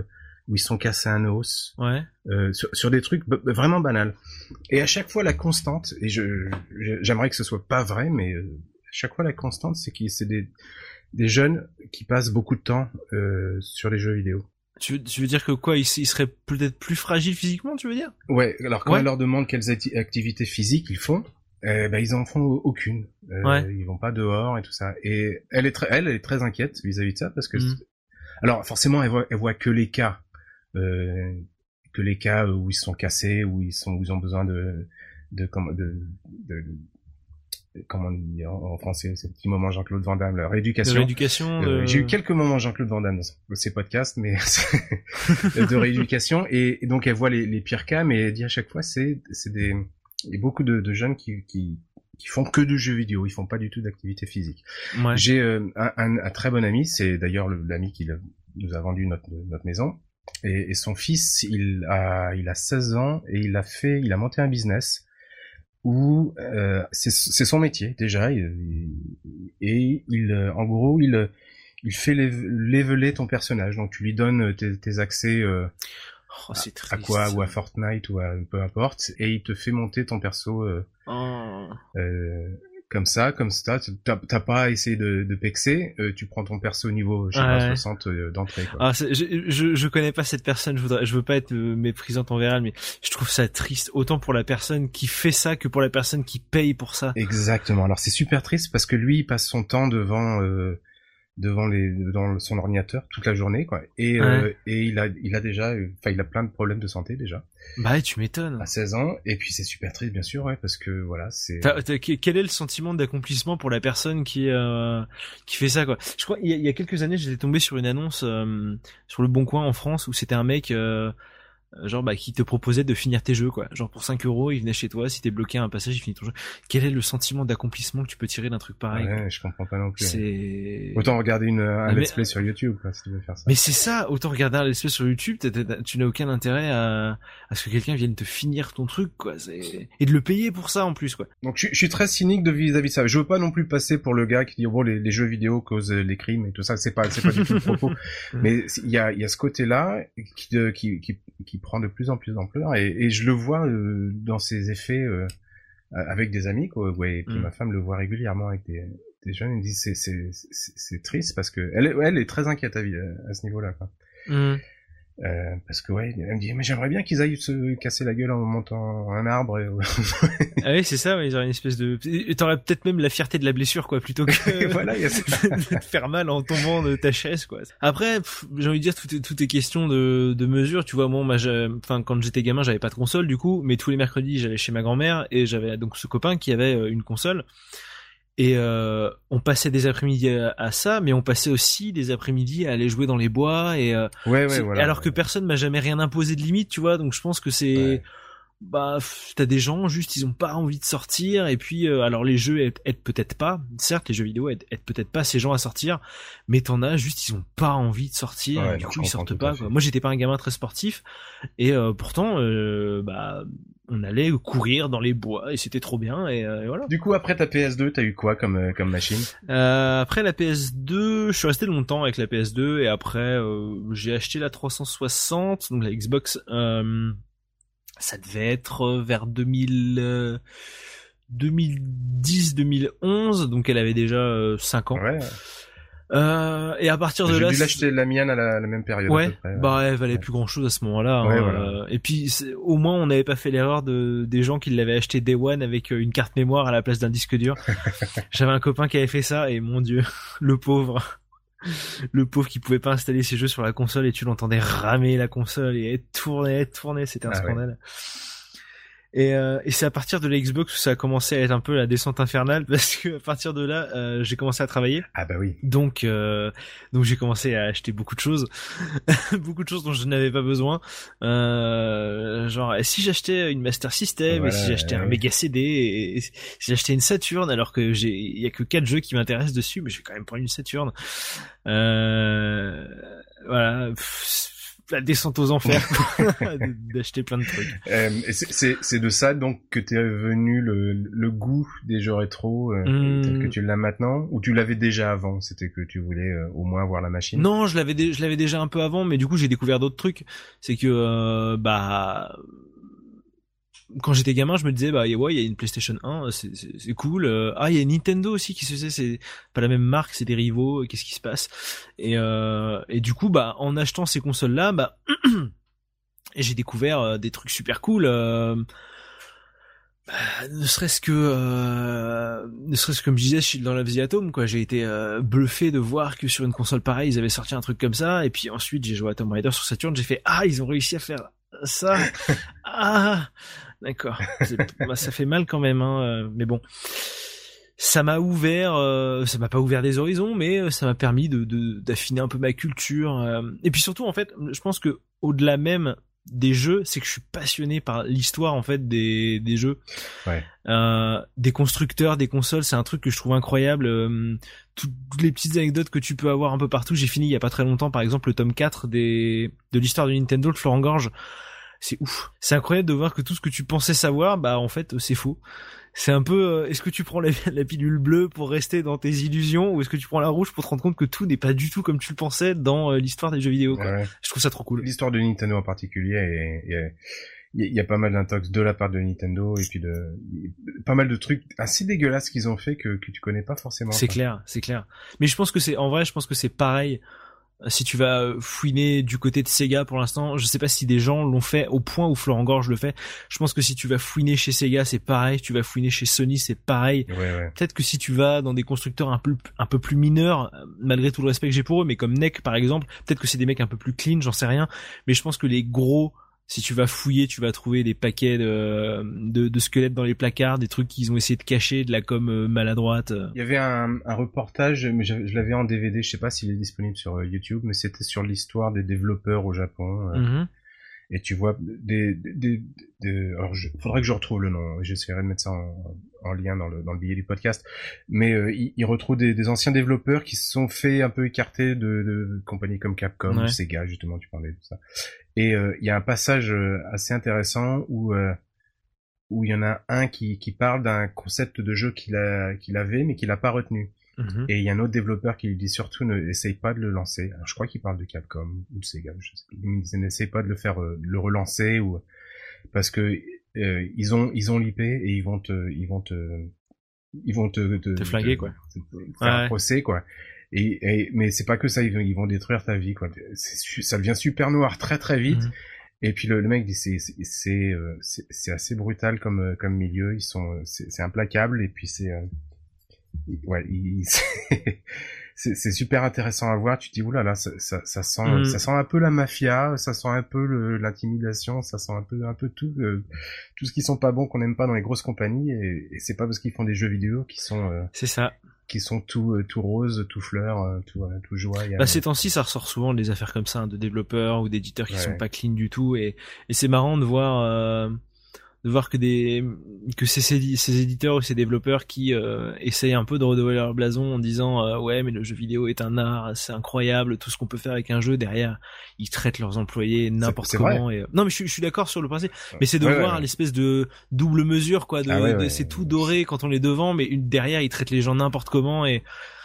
où ils sont cassés un os, ouais. euh, sur, sur des trucs b- vraiment banals. Et à chaque fois la constante, et je, je j'aimerais que ce soit pas vrai, mais euh, à chaque fois la constante, c'est que c'est des des jeunes qui passent beaucoup de temps euh, sur les jeux vidéo. Tu veux, tu veux dire que quoi, ils, ils seraient peut-être plus fragiles physiquement, tu veux dire? Ouais. Alors quand ouais. on leur demande quelles acti- activités physiques ils font, euh, ben ils en font aucune. Euh, ouais. Ils vont pas dehors et tout ça. Et elle est très, elle, elle est très inquiète vis-à-vis de ça parce que, mmh. alors forcément, elle voit, elle voit que les cas, euh, que les cas où ils sont cassés, où ils sont, où ils ont besoin de, de, comment, de, de, de comment on dit en français, c'est le petit moment Jean-Claude Van Damme, la rééducation. De rééducation. Euh, de... J'ai eu quelques moments Jean-Claude Van Damme dans ces podcasts, mais de rééducation. Et, et donc elle voit les, les pires cas, mais elle dit à chaque fois, c'est, c'est des, il y a beaucoup de, de jeunes qui, qui, qui font que du jeu vidéo, ils font pas du tout d'activité physique. Ouais. J'ai euh, un, un, un très bon ami, c'est d'ailleurs le, l'ami qui nous a vendu notre, notre maison. Et, et son fils, il a, il a seize ans et il a fait, il a monté un business où euh, c'est, c'est son métier déjà et, et il, en gros, il, il fait leveler ton personnage. Donc tu lui donnes tes, tes accès euh, oh, c'est triste. à quoi, ou à Fortnite ou à peu importe, et il te fait monter ton perso euh, oh. euh, comme ça, comme ça. T'as, t'as pas à essayer de, de pexer, euh, tu prends ton perso au niveau, je sais ouais. pas, soixante euh, d'entrée. Quoi. Ah, c'est, je, je je connais pas cette personne, je voudrais, je veux pas être euh, méprisante envers elle, mais je trouve ça triste autant pour la personne qui fait ça que pour la personne qui paye pour ça. Exactement. Alors c'est super triste parce que lui il passe son temps devant euh, devant les devant son ordinateur toute la journée quoi et ouais. euh, et il a il a déjà enfin il a plein de problèmes de santé déjà. Bah ouais, tu m'étonnes. À seize ans et puis c'est super triste bien sûr ouais parce que voilà, c'est t'as, t'as, quel est le sentiment d'accomplissement pour la personne qui euh, qui fait ça quoi. Je crois il y a, il y a quelques années, j'étais tombé sur une annonce euh, sur le Bon Coin en France où c'était un mec euh, genre bah qui te proposait de finir tes jeux quoi, genre pour cinq euros il venait chez toi, si t'es bloqué à un passage il finit ton jeu. Quel est le sentiment d'accomplissement que tu peux tirer d'un truc pareil ouais quoi. Je comprends pas non plus. C'est autant regarder une un mais, let's play sur YouTube quoi si tu veux faire ça. Mais c'est ça, autant regarder un let's play sur YouTube, t'as, t'as, tu n'as aucun intérêt à à ce que quelqu'un vienne te finir ton truc quoi, c'est et de le payer pour ça en plus quoi. Donc je, je suis très cynique de vis-à-vis de ça. Je veux pas non plus passer pour le gars qui dit bon les, les jeux vidéo causent les crimes et tout ça, c'est pas c'est pas du tout le propos. Mais il y a il y a ce côté-là qui de, qui qui qui prend de plus en plus d'ampleur et, et je le vois euh, dans ses effets euh, avec des amis quoi. Ouais, et puis mm. ma femme le voit régulièrement avec des des jeunes, ils me disent c'est c'est c'est, c'est triste parce que elle elle est très inquiète à, à ce niveau-là quoi. Mm. Euh, parce que ouais, elle me dit mais j'aimerais bien qu'ils aillent se casser la gueule en montant un arbre. Et... ah oui c'est ça, ouais, ils auraient une espèce de, t'aurais peut-être même la fierté de la blessure quoi, plutôt que voilà, y a ça. de te faire mal en tombant de ta chaise quoi. Après pff, j'ai envie de dire tout est tout est question de de mesure, tu vois. Moi, moi enfin quand j'étais gamin j'avais pas de console du coup, mais tous les mercredis j'allais chez ma grand-mère et j'avais donc ce copain qui avait une console. Et euh, on passait des après-midi à, à ça, mais on passait aussi des après-midi à aller jouer dans les bois et euh, ouais, ouais, voilà, alors que personne m'a jamais rien imposé de limite, tu vois. Donc je pense que c'est ouais. bah t'as des gens juste ils ont pas envie de sortir et puis euh, alors les jeux aident, aident peut-être pas, certes les jeux vidéo aident, aident peut-être pas ces gens à sortir, mais t'en as juste ils ont pas envie de sortir, ouais, du coup ils sortent pas quoi. Moi j'étais pas un gamin très sportif et euh, pourtant euh, bah on allait courir dans les bois et c'était trop bien et, euh, et voilà. Du coup après ta P S deux t'as eu quoi comme euh, comme machine? Euh, après la P S deux, je suis resté longtemps avec la P S deux et après euh, j'ai acheté la trois cent soixante, donc la Xbox. Euh, ça devait être vers deux mille, euh, deux mille dix deux mille onze, donc elle avait déjà euh, cinq ans. Ouais. Euh, et à partir de j'ai là, dû l'acheter la mienne à la, à la même période. Ouais, à peu près, ouais. Bah elle valait ouais. plus grand chose à ce moment-là. Ouais, hein, voilà. euh, et puis au moins on n'avait pas fait l'erreur de des gens qui l'avaient acheté Day One avec une carte mémoire à la place d'un disque dur. J'avais un copain qui avait fait ça et mon Dieu, le pauvre. Le pauvre qui pouvait pas installer ses jeux sur la console et tu l'entendais ramer la console et elle tournait, elle tournait, c'était un ah scandale. Ouais. Et, euh, et c'est à partir de la Xbox où ça a commencé à être un peu la descente infernale parce que à partir de là, euh, j'ai commencé à travailler. Ah bah oui. Donc, euh, donc j'ai commencé à acheter beaucoup de choses, beaucoup de choses dont je n'avais pas besoin. Euh, genre, si j'achetais une Master System, voilà, et si j'achetais ouais. un Mega C D, et, et si j'achetais une Saturn, alors que j'ai, il y a que quatre jeux qui m'intéressent dessus, mais je vais quand même prendre une Saturn. Euh, voilà. Pff, la descente aux enfers, d'acheter plein de trucs. Euh, c'est, c'est, c'est de ça donc que t'es venu le, le goût des jeux rétro euh, mmh. tel que tu l'as maintenant, ou tu l'avais déjà avant, c'était que tu voulais euh, au moins avoir la machine? Non, je l'avais, dé- je l'avais déjà un peu avant, mais du coup j'ai découvert d'autres trucs. C'est que euh, bah quand j'étais gamin, je me disais bah ouais, il y a une PlayStation un, c'est, c'est, c'est cool. Euh, ah, il y a Nintendo aussi qui se fait, c'est pas la même marque, c'est des rivaux. Qu'est-ce qui se passe? Et euh, et du coup bah en achetant ces consoles là, bah j'ai découvert euh, des trucs super cool. Euh, bah, ne serait-ce que euh, ne serait-ce que comme je disais, je suis dans la vie Atom quoi. J'ai été euh, bluffé de voir que sur une console pareille, ils avaient sorti un truc comme ça. Et puis ensuite, j'ai joué à Tomb Raider sur Saturn. J'ai fait ah, ils ont réussi à faire ça. Ah. D'accord, bah, ça fait mal quand même, hein. Mais bon, ça m'a ouvert, euh, ça m'a pas ouvert des horizons, mais ça m'a permis de, de d'affiner un peu ma culture. Euh. Et puis surtout, en fait, je pense que au-delà même des jeux, c'est que je suis passionné par l'histoire en fait des des jeux, ouais. euh, des constructeurs, des consoles. C'est un truc que je trouve incroyable. Euh, toutes les petites anecdotes que tu peux avoir un peu partout. J'ai fini il y a pas très longtemps, par exemple, le tome quatre des de l'histoire de Nintendo, le Florent Gorge. C'est ouf. C'est incroyable de voir que tout ce que tu pensais savoir, bah en fait c'est faux. C'est un peu, euh, est-ce que tu prends la, la pilule bleue pour rester dans tes illusions, ou est-ce que tu prends la rouge pour te rendre compte que tout n'est pas du tout comme tu le pensais dans euh, l'histoire des jeux vidéo, quoi. Ouais. Je trouve ça trop cool. L'histoire de Nintendo en particulier, il y, y a pas mal d'intox de la part de Nintendo, et puis de pas mal de trucs assez dégueulasses qu'ils ont fait que que tu connais pas forcément. C'est quoi. clair, c'est clair. Mais je pense que c'est, en vrai, je pense que c'est pareil. Si tu vas fouiner du côté de Sega pour l'instant, je sais pas si des gens l'ont fait au point où Florent Gorge le fait. Je pense que si tu vas fouiner chez Sega, c'est pareil. Tu vas fouiner chez Sony, c'est pareil. Ouais, ouais. Peut-être que si tu vas dans des constructeurs un peu un peu plus mineurs, malgré tout le respect que j'ai pour eux, mais comme N E C par exemple, peut-être que c'est des mecs un peu plus clean, j'en sais rien. Mais je pense que les gros, si tu vas fouiller, tu vas trouver des paquets de, de, de squelettes dans les placards, des trucs qu'ils ont essayé de cacher, de la com maladroite. Il y avait un, un reportage, mais je, je l'avais en D V D, je sais pas s'il est disponible sur YouTube, mais c'était sur l'histoire des développeurs au Japon. Euh, mm-hmm. Et tu vois des, des, des, des alors je, faudrait que je retrouve le nom, j'essaierai de mettre ça en, en lien dans le, dans le billet du podcast, mais euh, il, il retrouve des, des anciens développeurs qui se sont fait un peu écarter de, de compagnies comme Capcom, ouais. Sega, justement, tu parlais de ça. Et il euh, y a un passage assez intéressant où euh, où il y en a un qui qui parle d'un concept de jeu qu'il a qu'il avait mais qu'il a pas retenu. Mm-hmm. Et il y a un autre développeur qui lui dit surtout ne essaye pas de le lancer. Alors je crois qu'il parle de Capcom ou de Sega, je sais plus. Il dit n'essaye pas de le faire euh, de le relancer ou parce que euh, ils ont ils ont l'I P et ils vont te ils vont te ils vont te te, te flinguer te, quoi. Te, te faire ouais. un procès quoi. Et, et mais c'est pas que ça, ils vont, ils vont détruire ta vie quoi. C'est, ça devient super noir très très vite. Mmh. Et puis le, le mec dit c'est c'est c'est, euh, c'est c'est assez brutal comme comme milieu. Ils sont c'est, c'est implacable et puis c'est euh, ouais il, c'est, c'est c'est super intéressant à voir. Tu te dis oulala ça ça ça sent mmh. ça sent un peu la mafia, ça sent un peu le, l'intimidation, ça sent un peu un peu tout euh, tout ce qui sont pas bons qu'on aime pas dans les grosses compagnies et, et c'est pas parce qu'ils font des jeux vidéo qui sont euh, c'est ça. qui sont tout euh, tout rose, tout fleur, euh, tout euh, tout joie. Bah ces temps-ci, ça ressort souvent des affaires comme ça, hein, de développeurs ou d'éditeurs qui ouais. sont pas clean du tout, et et c'est marrant de voir euh, de voir que des que ces ces éditeurs ou ces développeurs qui euh, essayent un peu de redorer leur blason en disant euh, ouais mais le jeu vidéo est un art, c'est incroyable tout ce qu'on peut faire avec un jeu. Derrière ils traitent leurs employés n'importe c'est, c'est comment et non mais je, je suis d'accord sur le principe, mais c'est de ouais, voir ouais, ouais. l'espèce de double mesure quoi de, ah ouais, de ouais, c'est ouais. tout doré quand on est devant, mais une, derrière ils traitent les gens n'importe comment et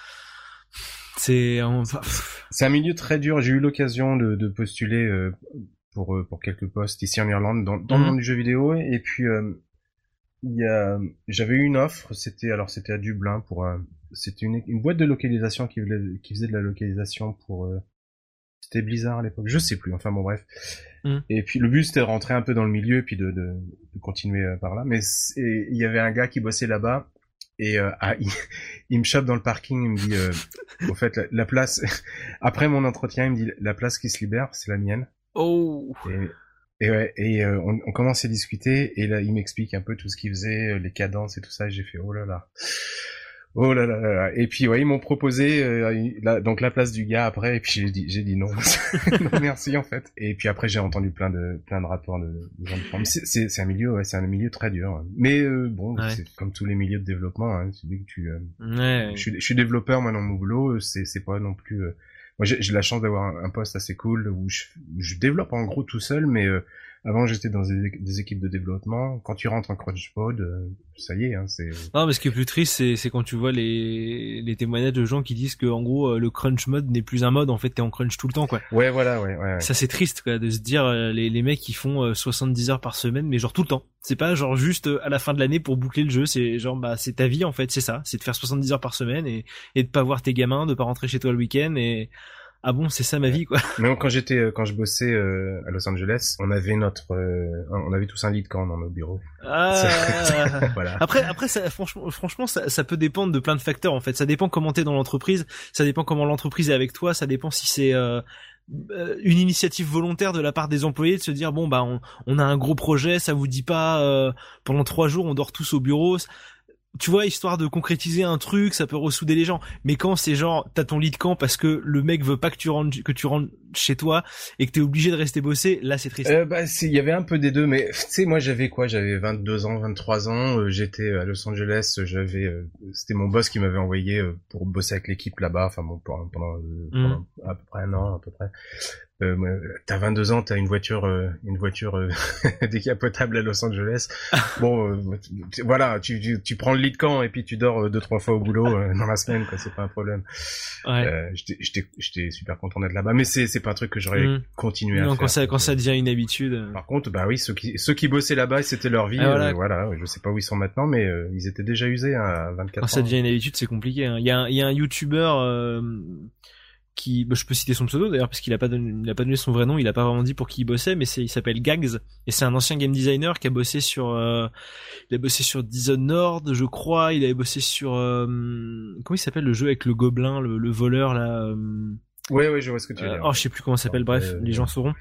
c'est enfin... c'est un milieu très dur. J'ai eu l'occasion de, de postuler euh, pour pour quelques postes ici en Irlande dans, dans mmh. le monde du jeu vidéo et puis euh, il y a j'avais eu une offre, c'était alors c'était à Dublin pour euh, c'était une une boîte de localisation qui faisait qui faisait de la localisation pour euh, c'était Blizzard à l'époque, je sais plus, enfin bon bref. Mmh. Et puis le but c'était de rentrer un peu dans le milieu et puis de de, de continuer euh, par là, mais il y avait un gars qui bossait là-bas. Et euh, ah, il, il me chope dans le parking, il me dit euh, au fait la, la place après mon entretien, il me dit la place qui se libère, c'est la mienne. Oh. Et, et ouais, et euh, on, on commence à discuter et là il m'explique un peu tout ce qu'il faisait, les cadences et tout ça, et j'ai fait oh là là. Oh là là là là. Et puis ouais, ils m'ont proposé euh, la, donc la place du gars après et puis j'ai dit j'ai dit non. Non merci en fait. Et puis après j'ai entendu plein de plein de rapports de, de gens de forme. C'est c'est c'est un milieu ouais, c'est un milieu très dur. Mais euh, bon, ouais. C'est comme tous les milieux de développement hein, c'est dès que tu euh, ouais. je suis je suis développeur moi dans mon boulot, c'est c'est pas non plus euh, moi j'ai, j'ai la chance d'avoir un, un poste assez cool où je, où je développe en gros tout seul, mais euh, avant j'étais dans des, des équipes de développement. Quand tu rentres en crunch mode, euh, ça y est, hein, c'est. Non, mais ce qui est plus triste, c'est, c'est quand tu vois les, les témoignages de gens qui disent que en gros le crunch mode n'est plus un mode, en fait t'es en crunch tout le temps, quoi. Ouais, voilà, ouais, ouais. ouais. Ça c'est triste, quoi, de se dire les, les mecs qui font soixante-dix heures par semaine, mais genre tout le temps. C'est pas genre juste à la fin de l'année pour boucler le jeu, c'est genre bah c'est ta vie en fait, c'est ça, c'est de faire soixante-dix heures par semaine et et de pas voir tes gamins, de pas rentrer chez toi le week-end et ah bon, c'est ça ma vie, quoi. Mais quand j'étais, quand je bossais euh, à Los Angeles, on avait notre, euh, on avait tous un lit de camp dans nos bureaux. Ah. Voilà. Après, après, ça, franchement, franchement, ça, ça peut dépendre de plein de facteurs. En fait, ça dépend comment t'es dans l'entreprise, ça dépend comment l'entreprise est avec toi, ça dépend si c'est euh, une initiative volontaire de la part des employés de se dire bon bah on, on a un gros projet, ça vous dit pas euh, pendant trois jours on dort tous au bureau. Tu vois, histoire de concrétiser un truc, ça peut ressouder les gens. Mais quand c'est genre, t'as ton lit de camp parce que le mec veut pas que tu rentres, que tu rentres chez toi et que t'es obligé de rester bosser, là c'est triste. Euh, bah, il y avait un peu des deux, mais tu sais, moi j'avais quoi, j'avais vingt-deux ans, vingt-trois ans, euh, j'étais à Los Angeles, j'avais, euh, c'était mon boss qui m'avait envoyé euh, pour bosser avec l'équipe là-bas, enfin bon, pendant, pendant, euh, pendant mmh. à peu près un an, à peu près. Euh, t'as vingt-deux ans, t'as une voiture, euh, une voiture euh, décapotable à Los Angeles. Bon, euh, tu, voilà, tu, tu, tu prends le lit de camp et puis tu dors deux trois fois au boulot euh, dans la semaine, quoi. C'est pas un problème. Ouais. Euh, j'étais, j'étais, j'étais super content d'être là-bas, mais c'est, c'est pas un truc que j'aurais mmh. continué à non, faire. Quand ça, quand ça devient une habitude. Euh... Par contre, bah oui, ceux qui, ceux qui bossaient là-bas, c'était leur vie. Ah, voilà. Euh, voilà. Je sais pas où ils sont maintenant, mais euh, ils étaient déjà usés hein, à vingt-quatre quand ans. Quand ça devient une habitude, c'est compliqué. Hein. Il y a, il y a un YouTuber. Euh... qui bah, je peux citer son pseudo d'ailleurs parce qu'il a pas donné, il a pas donné son vrai nom, il a pas vraiment dit pour qui il bossait, mais c'est il s'appelle Gags et c'est un ancien game designer qui a bossé sur euh, il a bossé sur Dishonored, je crois, il avait bossé sur euh, comment il s'appelle le jeu avec le gobelin, le, le voleur là euh, ouais ouais, je vois ce que tu veux euh, dire. Oh, je sais plus comment ça s'appelle, non, bref, euh, les gens sauront.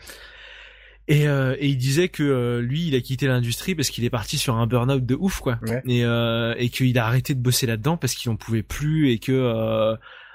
Et, euh, et il disait que euh, lui, il a quitté l'industrie parce qu'il est parti sur un burn-out de ouf, quoi. Ouais. Et euh, et qu'il a arrêté de bosser là-dedans parce qu'il en pouvait plus et que euh,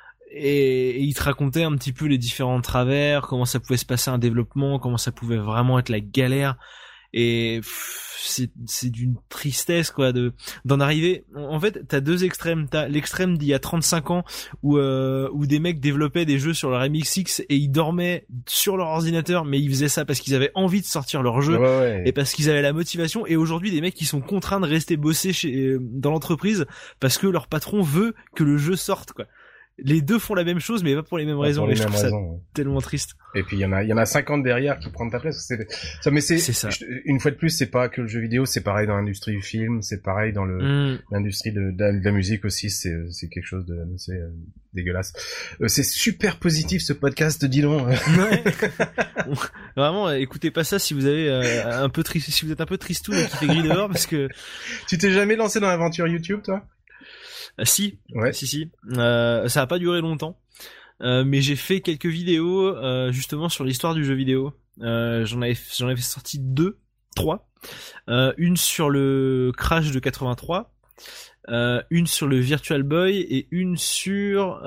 Et, et il te racontait un petit peu les différents travers, comment ça pouvait se passer un développement, comment ça pouvait vraiment être la galère. Et pff, c'est c'est d'une tristesse quoi de d'en arriver. En fait, t'as deux extrêmes. T'as l'extrême d'il y a trente-cinq ans où euh, où des mecs développaient des jeux sur leur M X X et ils dormaient sur leur ordinateur, mais ils faisaient ça parce qu'ils avaient envie de sortir leur jeu ouais, ouais. et parce qu'ils avaient la motivation. Et aujourd'hui, des mecs qui sont contraints de rester bosser chez dans l'entreprise parce que leur patron veut que le jeu sorte quoi. Les deux font la même chose, mais pas pour les mêmes pas raisons. Les et je mêmes trouve raisons, ça ouais. tellement triste. Et puis il y en a, il y en a cinquante derrière qui prennent ta place. C'est ça, mais c'est, c'est ça. Je, une fois de plus, c'est pas que le jeu vidéo, c'est pareil dans l'industrie du film, c'est pareil dans le mm. l'industrie de, de, de la musique aussi. C'est, c'est quelque chose de, c'est euh, dégueulasse. Euh, c'est super positif ce podcast, dis donc. Ouais. Vraiment, écoutez pas ça si vous avez euh, un peu triste, si vous êtes un peu tristou et qui fait gris dehors, parce que. Tu t'es jamais lancé dans l'aventure YouTube, toi? Euh, si, ouais. si, si. Euh, ça a pas duré longtemps, euh, mais j'ai fait quelques vidéos euh, justement sur l'histoire du jeu vidéo. Euh, j'en avais, j'en avais sorti deux, trois. Euh, une sur le Crash de quatre-vingt-trois, euh, une sur le Virtual Boy et une sur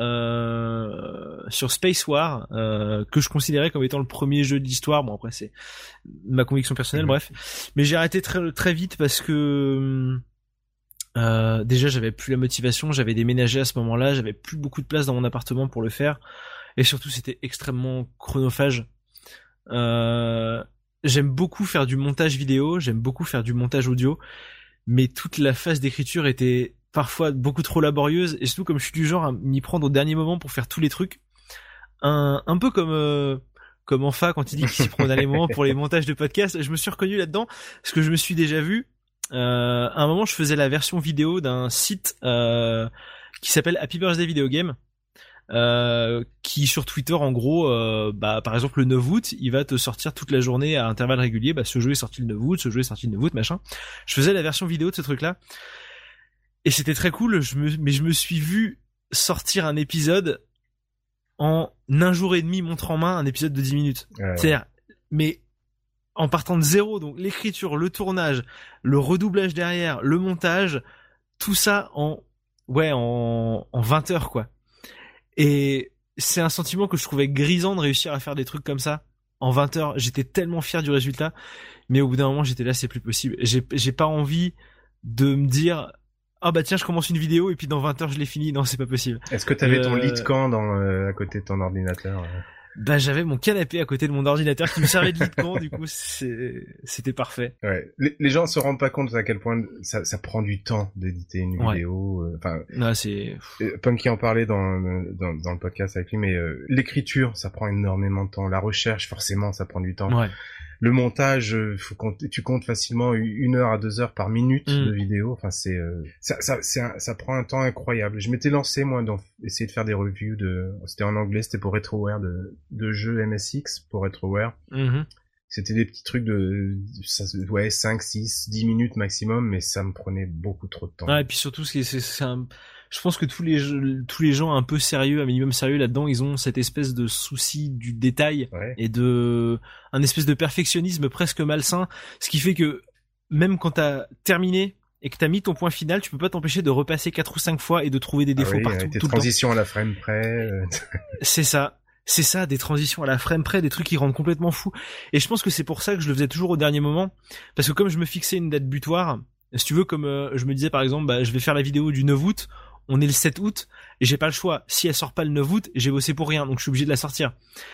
euh, sur Space War, euh, que je considérais comme étant le premier jeu de l'histoire. Bon après c'est ma conviction personnelle, mmh. bref. Mais j'ai arrêté très très vite parce que Euh, déjà j'avais plus la motivation, j'avais déménagé à ce moment-là, j'avais plus beaucoup de place dans mon appartement pour le faire et surtout c'était extrêmement chronophage. Euh, j'aime beaucoup faire du montage vidéo, j'aime beaucoup faire du montage audio, mais toute la phase d'écriture était parfois beaucoup trop laborieuse et surtout comme je suis du genre à m'y prendre au dernier moment pour faire tous les trucs, un, un peu comme euh, comme Enfa quand il dit qu'il s'y prend au dernier moment pour les montages de podcasts, je me suis reconnu là-dedans parce que je me suis déjà vu. Euh, à un moment, je faisais la version vidéo d'un site euh, qui s'appelle Happy Birthday Video Game, euh, qui sur Twitter, en gros, euh, bah par exemple le neuf août, il va te sortir toute la journée à intervalles réguliers. Bah ce jeu est sorti le neuf août, ce jeu est sorti le neuf août, machin. Je faisais la version vidéo de ce truc-là, et c'était très cool. Je me, mais je me suis vu sortir un épisode en un jour et demi, montre en main, un épisode de dix minutes. Ouais, C'est-à-dire, mais en partant de zéro, donc l'écriture, le tournage, le redoublage derrière, le montage, tout ça en ouais en, en vingt heures quoi. Et c'est un sentiment que je trouvais grisant de réussir à faire des trucs comme ça en vingt heures. J'étais tellement fier du résultat, mais au bout d'un moment j'étais là, c'est plus possible. J'ai j'ai pas envie de me dire ah bah tiens, je commence une vidéo et puis dans vingt heures je l'ai fini. Non, c'est pas possible. Est-ce que t'avais euh... ton lit de camp dans euh, à côté de ton ordinateur? Bah j'avais mon canapé à côté de mon ordinateur qui me servait de lit de camp, du coup c'est c'était parfait. Ouais, les, les gens se rendent pas compte à quel point ça, ça prend du temps d'éditer une ouais. vidéo. Enfin, non, c'est Punky en parlait dans, dans dans le podcast avec lui, mais euh, l'écriture ça prend énormément de temps, la recherche forcément ça prend du temps. Ouais. Le montage, faut compter, tu comptes facilement une heure à deux heures par minute mmh. de vidéo. Enfin, c'est euh, ça, ça, c'est un, ça prend un temps incroyable. Je m'étais lancé moi dans essayer de faire des reviews de, c'était en anglais, c'était pour RetroWare de, de jeux M S X pour RetroWare. Mmh. C'était des petits trucs de, ça, ouais, cinq, six, dix minutes maximum, mais ça me prenait beaucoup trop de temps. Ouais, et puis surtout, c'est, c'est, c'est un, je pense que tous les, tous les gens un peu sérieux, un minimum sérieux là-dedans, ils ont cette espèce de souci du détail ouais. et de, un espèce de perfectionnisme presque malsain, ce qui fait que même quand t'as terminé et que t'as mis ton point final, tu peux pas t'empêcher de repasser quatre ou cinq fois et de trouver des défauts ah oui, partout. Tes tout transitions à la frame près. C'est ça. C'est ça, des transitions à la frame près, des trucs qui rendent complètement fou. Et je pense que c'est pour ça que je le faisais toujours au dernier moment, parce que comme je me fixais une date butoir, si tu veux, comme euh, je me disais par exemple, bah, je vais faire la vidéo du neuf août, on est le sept août, et j'ai pas le choix. Si elle sort pas le neuf août, j'ai bossé pour rien, donc je suis obligé de la sortir.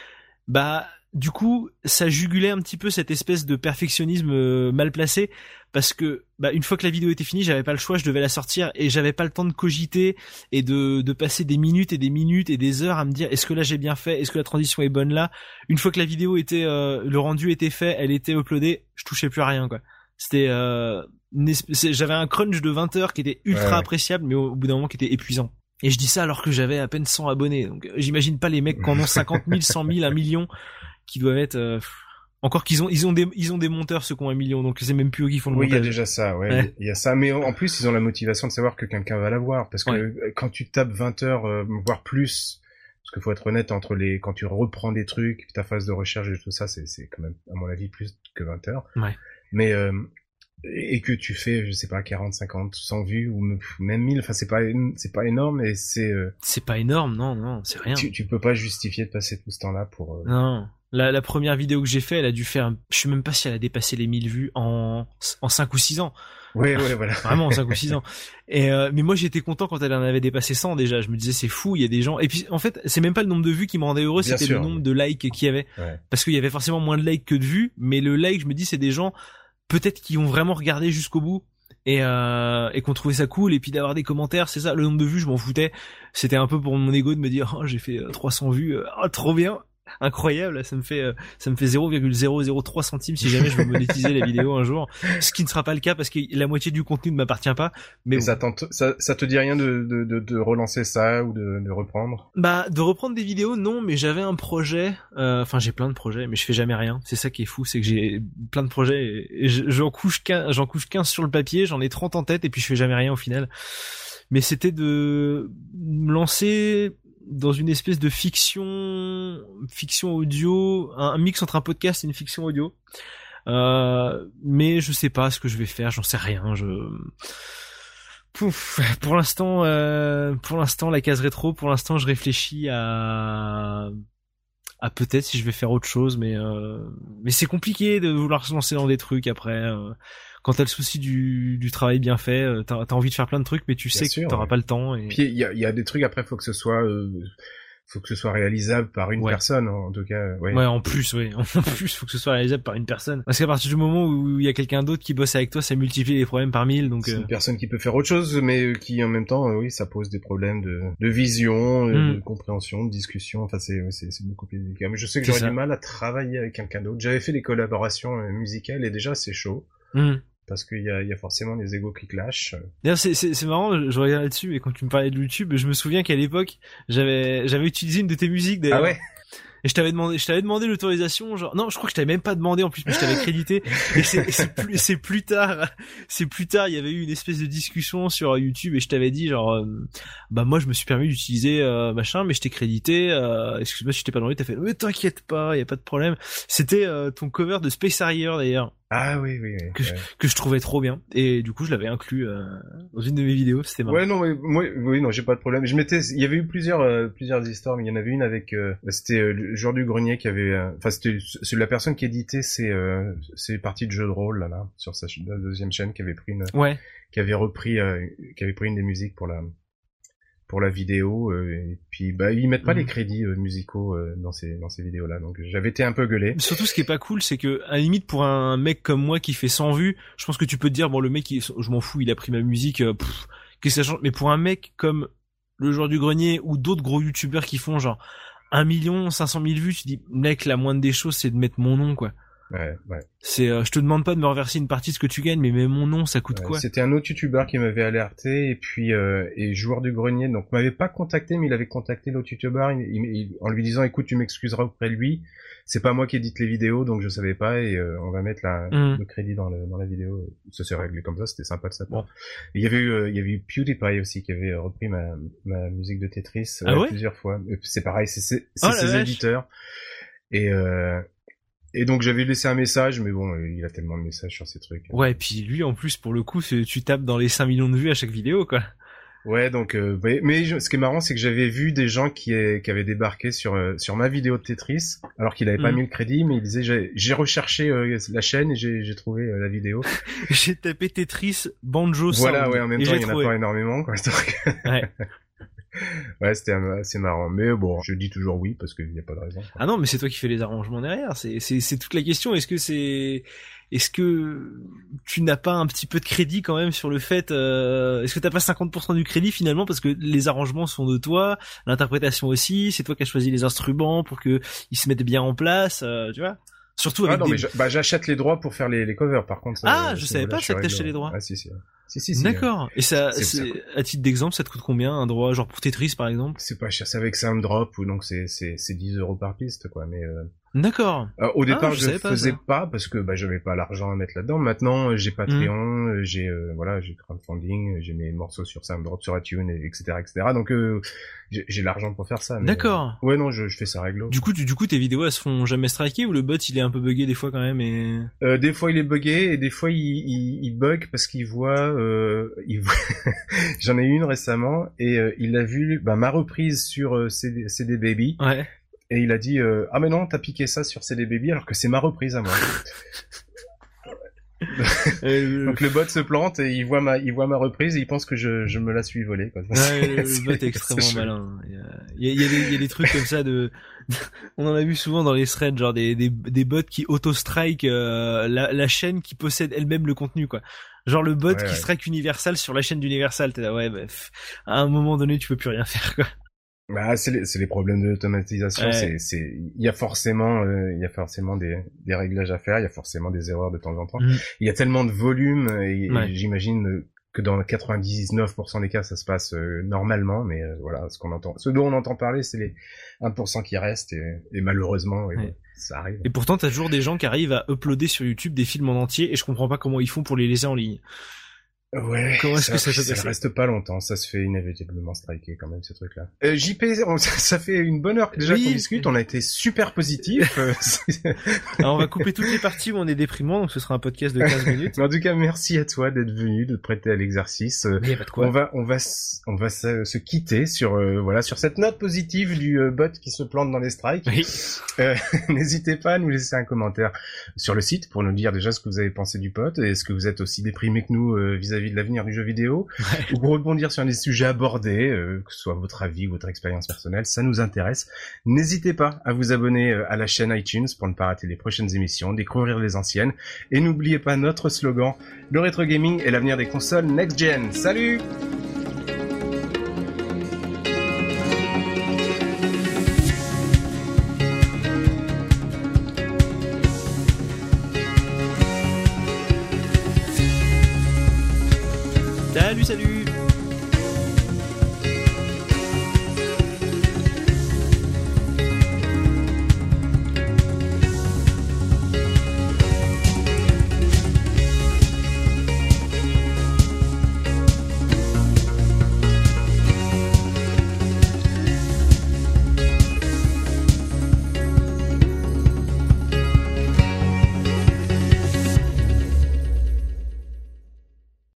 Bah, du coup, ça jugulait un petit peu cette espèce de perfectionnisme euh, mal placé, parce que bah une fois que la vidéo était finie, j'avais pas le choix, je devais la sortir et j'avais pas le temps de cogiter et de de passer des minutes et des minutes et des heures à me dire est-ce que là j'ai bien fait, est-ce que la transition est bonne là. Une fois que la vidéo était euh, le rendu était fait, elle était uploadée, je touchais plus à rien quoi. C'était euh, espèce, j'avais un crunch de vingt heures qui était ultra ouais. appréciable, mais au, au bout d'un moment qui était épuisant. Et je dis ça alors que j'avais à peine cent abonnés, donc j'imagine pas les mecs qui en ont cinquante mille, cent mille, un million, qui doivent être euh, encore qu'ils ont ils ont des ils ont des monteurs ceux qui ont un million, donc c'est même plus eux qui font le oui, montage. Oui, il y a déjà ça, ouais, ouais. Il y a ça, mais en plus ils ont la motivation de savoir que quelqu'un va la voir, parce que ouais. quand tu tapes vingt heures, euh, voire plus, parce qu'il faut être honnête, entre les quand tu reprends des trucs, ta phase de recherche et tout ça, c'est c'est quand même à mon avis plus que vingt heures. Ouais. Mais euh, et que tu fais, je sais pas, quarante, cinquante, cent vues ou même mille, enfin c'est pas c'est pas énorme et c'est euh, c'est pas énorme, non non, c'est rien. Tu tu peux pas justifier de passer tout ce temps-là pour euh... Non. La, la première vidéo que j'ai fait, elle a dû faire, je sais même pas si elle a dépassé les mille vues en en cinq ou six ans. Ouais, ouais, voilà. Vraiment en cinq ou six ans. Et euh, mais moi j'étais content quand elle en avait dépassé cent déjà. Je me disais c'est fou, il y a des gens. Et puis en fait, c'est même pas le nombre de vues qui me rendait heureux, Bien c'était sûr. le nombre de likes qu'il y avait. Ouais. Parce qu'il y avait forcément moins de likes que de vues, mais le like, je me dis c'est des gens peut-être qui ont vraiment regardé jusqu'au bout et euh, et qu'on trouvait ça cool, et puis d'avoir des commentaires, c'est ça. Le nombre de vues, je m'en foutais. C'était un peu pour mon ego de me dire oh, j'ai fait trois cents vues, oh, trop bien. Incroyable, ça me fait euh, ça me fait zéro virgule zéro zéro trois centimes si jamais je veux monétiser la vidéo un jour, ce qui ne sera pas le cas parce que la moitié du contenu ne m'appartient pas. Mais et bon. ça, tente, ça ça te dit rien de de de, de relancer ça ou de, de reprendre? Bah de reprendre des vidéos non, mais j'avais un projet, enfin euh, j'ai plein de projets mais je fais jamais rien. C'est ça qui est fou, c'est que j'ai plein de projets et, et j'en couche quinze, j'en couche quinze sur le papier, j'en ai trente en tête et puis je fais jamais rien au final. Mais c'était de me lancer dans une espèce de fiction fiction audio, un, un mix entre un podcast et une fiction audio, euh, mais je sais pas ce que je vais faire, j'en sais rien. Je Pouf, pour l'instant euh, pour l'instant la case rétro, pour l'instant je réfléchis à à peut-être si je vais faire autre chose, mais euh, mais c'est compliqué de vouloir se lancer dans des trucs après. Euh, quand t'as le souci du, du travail bien fait, t'as, t'as envie de faire plein de trucs, mais tu bien sais sûr, que t'auras ouais. pas le temps. Et... Puis il y a, y a des trucs après, faut que ce soit, euh, faut que ce soit réalisable par une ouais. personne, en tout cas. Ouais. ouais, en plus, ouais, en plus, faut que ce soit réalisable par une personne. Parce qu'à partir du moment où il y a quelqu'un d'autre qui bosse avec toi, ça multiplie les problèmes par mille. Donc c'est euh... une personne qui peut faire autre chose, mais qui en même temps, euh, oui, ça pose des problèmes de, de vision, mm. de compréhension, de discussion. Enfin, c'est, c'est, c'est beaucoup plus délicat. Mais je sais que c'est j'aurais ça. du mal à travailler avec quelqu'un d'autre. J'avais fait des collaborations euh, musicales et déjà c'est chaud. Mm. Parce qu'il y a, il y a forcément des égos qui clashent. D'ailleurs, c'est, c'est, c'est marrant, je, je regarde là-dessus, et quand tu me parlais de YouTube, je me souviens qu'à l'époque, j'avais, j'avais utilisé une de tes musiques, d'ailleurs. Ah ouais? Et je t'avais demandé, je t'avais demandé l'autorisation, genre, non, je crois que je t'avais même pas demandé en plus, mais je t'avais crédité. Et c'est, c'est plus, c'est plus tard, c'est plus tard, il y avait eu une espèce de discussion sur YouTube et je t'avais dit, genre, euh, bah, moi, je me suis permis d'utiliser, euh, machin, mais je t'ai crédité, euh, excuse-moi si je t'ai pas demandé, t'as fait, mais t'inquiète pas, y a pas de problème. C'était, euh, ton cover de Space Harrier, d'ailleurs. Ah oui, oui, oui. Que, Ouais. je, que je trouvais trop bien. Et du coup, je l'avais inclus euh, dans une de mes vidéos. C'était marrant. Ouais, non, mais moi, oui, non, j'ai pas de problème. Je m'étais, il y avait eu plusieurs, euh, plusieurs histoires, mais il y en avait une avec, euh, c'était euh, le joueur du grenier qui avait, euh, enfin, c'était, c'est la personne qui éditait ces, euh, ces parties de jeux de rôle là, là, sur sa la deuxième chaîne, qui avait pris une, Ouais. qui avait repris, euh, qui avait pris une des musiques pour la, pour la vidéo. Euh, et puis, bah, ils mettent pas Mhm. les crédits euh, musicaux euh, dans ces, dans ces vidéos là, donc j'avais été un peu gueulé. Surtout, ce qui est pas cool, c'est que, à la limite, pour un mec comme moi qui fait cent vues, je pense que tu peux te dire, bon, le mec, il, je m'en fous, il a pris ma musique, euh, pff, qu'est-ce que ça change? Mais pour un mec comme le joueur du grenier ou d'autres gros youtubeurs qui font genre un million, cinq cent mille vues, tu dis, mec, la moindre des choses, c'est de mettre mon nom, quoi. Ouais, ouais. C'est, euh, je te demande pas de me reverser une partie de ce que tu gagnes, mais même mon nom, ça coûte Ouais, quoi? c'était un autre youtubeur qui m'avait alerté et puis euh, et joueur du grenier donc m'avait pas contacté mais il avait contacté l'autre youtubeur il, il, il- en lui disant écoute tu m'excuseras auprès de lui c'est pas moi qui édite les vidéos donc je savais pas et euh, on va mettre la, Mhm. le crédit dans, le, dans la vidéo ça s'est réglé comme ça c'était sympa de sa part. Bon. Et il y avait eu euh, il y avait eu PewDiePie aussi qui avait repris ma, ma musique de Tetris euh, Ah ouais plusieurs fois et c'est pareil c'est c'est, c'est Oh la ses vache. éditeurs et euh, et donc j'avais laissé un message mais bon euh, il a tellement de messages sur ces trucs. Ouais, et puis lui, en plus, pour le coup, c'est- tu tapes dans les cinq millions de vues à chaque vidéo, quoi. Ouais, donc euh, mais, mais je- ce qui est marrant, c'est que j'avais vu des gens qui, euh, qui avaient débarqué sur euh, sur ma vidéo de Tetris, alors qu'il avait pas Mhm. mis le crédit, mais il disait j'ai, j'ai recherché euh, la chaîne et j'ai, j'ai trouvé euh, la vidéo. J'ai tapé Tetris, Banjo, Voilà, Sound, ouais, en même et temps, j'ai il y en a trouvé. pas énormément, quoi. Donc, Ouais. ouais, c'était euh, assez marrant. Mais bon, je dis toujours oui parce qu'il n'y a pas de raison. Quoi. Ah non, mais c'est toi qui fais les arrangements derrière. C'est, c'est, c'est toute la question. Est-ce que c'est, est-ce que tu n'as pas un petit peu de crédit quand même sur le fait, euh, est-ce que t'as pas cinquante pour cent du crédit finalement parce que les arrangements sont de toi, l'interprétation aussi, c'est toi qui as choisi les instruments pour que ils se mettent bien en place, euh, tu vois. Surtout Ah avec non, des... mais j'a- bah, j'achète les droits pour faire les, les covers, par contre. Ah, euh, je ce savais niveau-là, pas je ça que suis t'achetais réglo. les droits. Ah si, si. Si, si, si. D'accord. Et ça, C'est- c'est, ça- à titre d'exemple, ça te coûte combien un droit, genre pour Tetris par exemple? C'est pas cher, c'est avec Sounddrop, ou donc c'est, c'est, c'est dix euros par piste, quoi, mais, euh, D'accord. Euh, au départ, je je savais pas faisais ça. pas parce que bah, j'avais pas l'argent à mettre là-dedans. Maintenant, euh, j'ai Patreon, euh, j'ai euh, voilà, j'ai crowdfunding, euh, j'ai mes morceaux sur Sounddrop, sur iTunes, et, etc., et cetera. Donc euh, j'ai, j'ai l'argent pour faire ça. mais, D'accord. euh, ouais, non, je, je fais ça réglo. Du coup, tu, du coup, tes vidéos, elles se font jamais striker ou le bot, il est un peu buggé des fois quand même et... Euh, des fois, il est buggé et des fois, il, il, il bug parce qu'il voit. Euh, il voit... J'en ai eu une récemment et euh, il a vu bah, ma reprise sur euh, C D, C D Baby. Ouais. Et il a dit euh, ah mais non t'as piqué ça sur C D Baby alors que c'est ma reprise à moi. Euh, Donc le bot se plante et il voit ma il voit ma reprise et il pense que je je me la suis volée quoi. ouais, le, C'est- le bot est c'est extrêmement chelou. malin. Il y a, il y, a, il y, a des, il y a des trucs comme ça de... On en a vu souvent dans les threads, genre des, des, des bots qui auto-strike euh, la, la chaîne qui possède elle-même le contenu, quoi. Genre le bot Ouais, qui ouais. strike Universal sur la chaîne d'Universal. T'es là, ouais, bah, pff, à un moment donné, tu peux plus rien faire, quoi. Bah c'est les c'est les problèmes de l'automatisation. Ouais. C'est c'est il y a forcément euh, il y a forcément des des réglages à faire. Il y a forcément des erreurs de temps en temps. Mm. Il y a tellement de volume et, Ouais. et j'imagine que dans quatre-vingt-dix-neuf pour cent des cas ça se passe euh, normalement. Mais euh, voilà ce qu'on entend ce dont on entend parler c'est les un pour cent qui restent et, et malheureusement oui, Ouais. ça arrive. Et pourtant, t'as toujours des gens qui arrivent à uploader sur YouTube des films en entier et je comprends pas comment ils font pour les laisser en ligne. Ouais. Comment est-ce que ça peut ça passer reste pas longtemps, ça se fait inévitablement striker quand même ces trucs-là. Euh, J P, on- ça, ça fait une bonne heure que déjà Oui. qu'on discute, on a été super positif. euh, c'est- Alors, on va couper toutes les parties où on est déprimant, donc ce sera un podcast de quinze minutes. Mais en tout cas, merci à toi d'être venu, de te prêter à l'exercice. Euh, Il y a pas de quoi. On va, on va, s- on va se, se quitter sur, euh, voilà, sur cette note positive du euh, bot qui se plante dans les strikes. Oui. Euh, n'hésitez pas à nous laisser un commentaire sur le site pour nous dire déjà ce que vous avez pensé du pote. Est-ce que vous êtes aussi déprimé que nous euh, vis-à-vis de l'avenir du jeu vidéo ou pour rebondir sur des sujets abordés, euh, que ce soit votre avis ou votre expérience personnelle, ça nous intéresse. N'hésitez pas à vous abonner euh, à la chaîne iTunes pour ne pas rater les prochaines émissions, découvrir les anciennes. Et n'oubliez pas notre slogan, le rétro gaming est l'avenir des consoles next-gen. Salut! Salut, salut!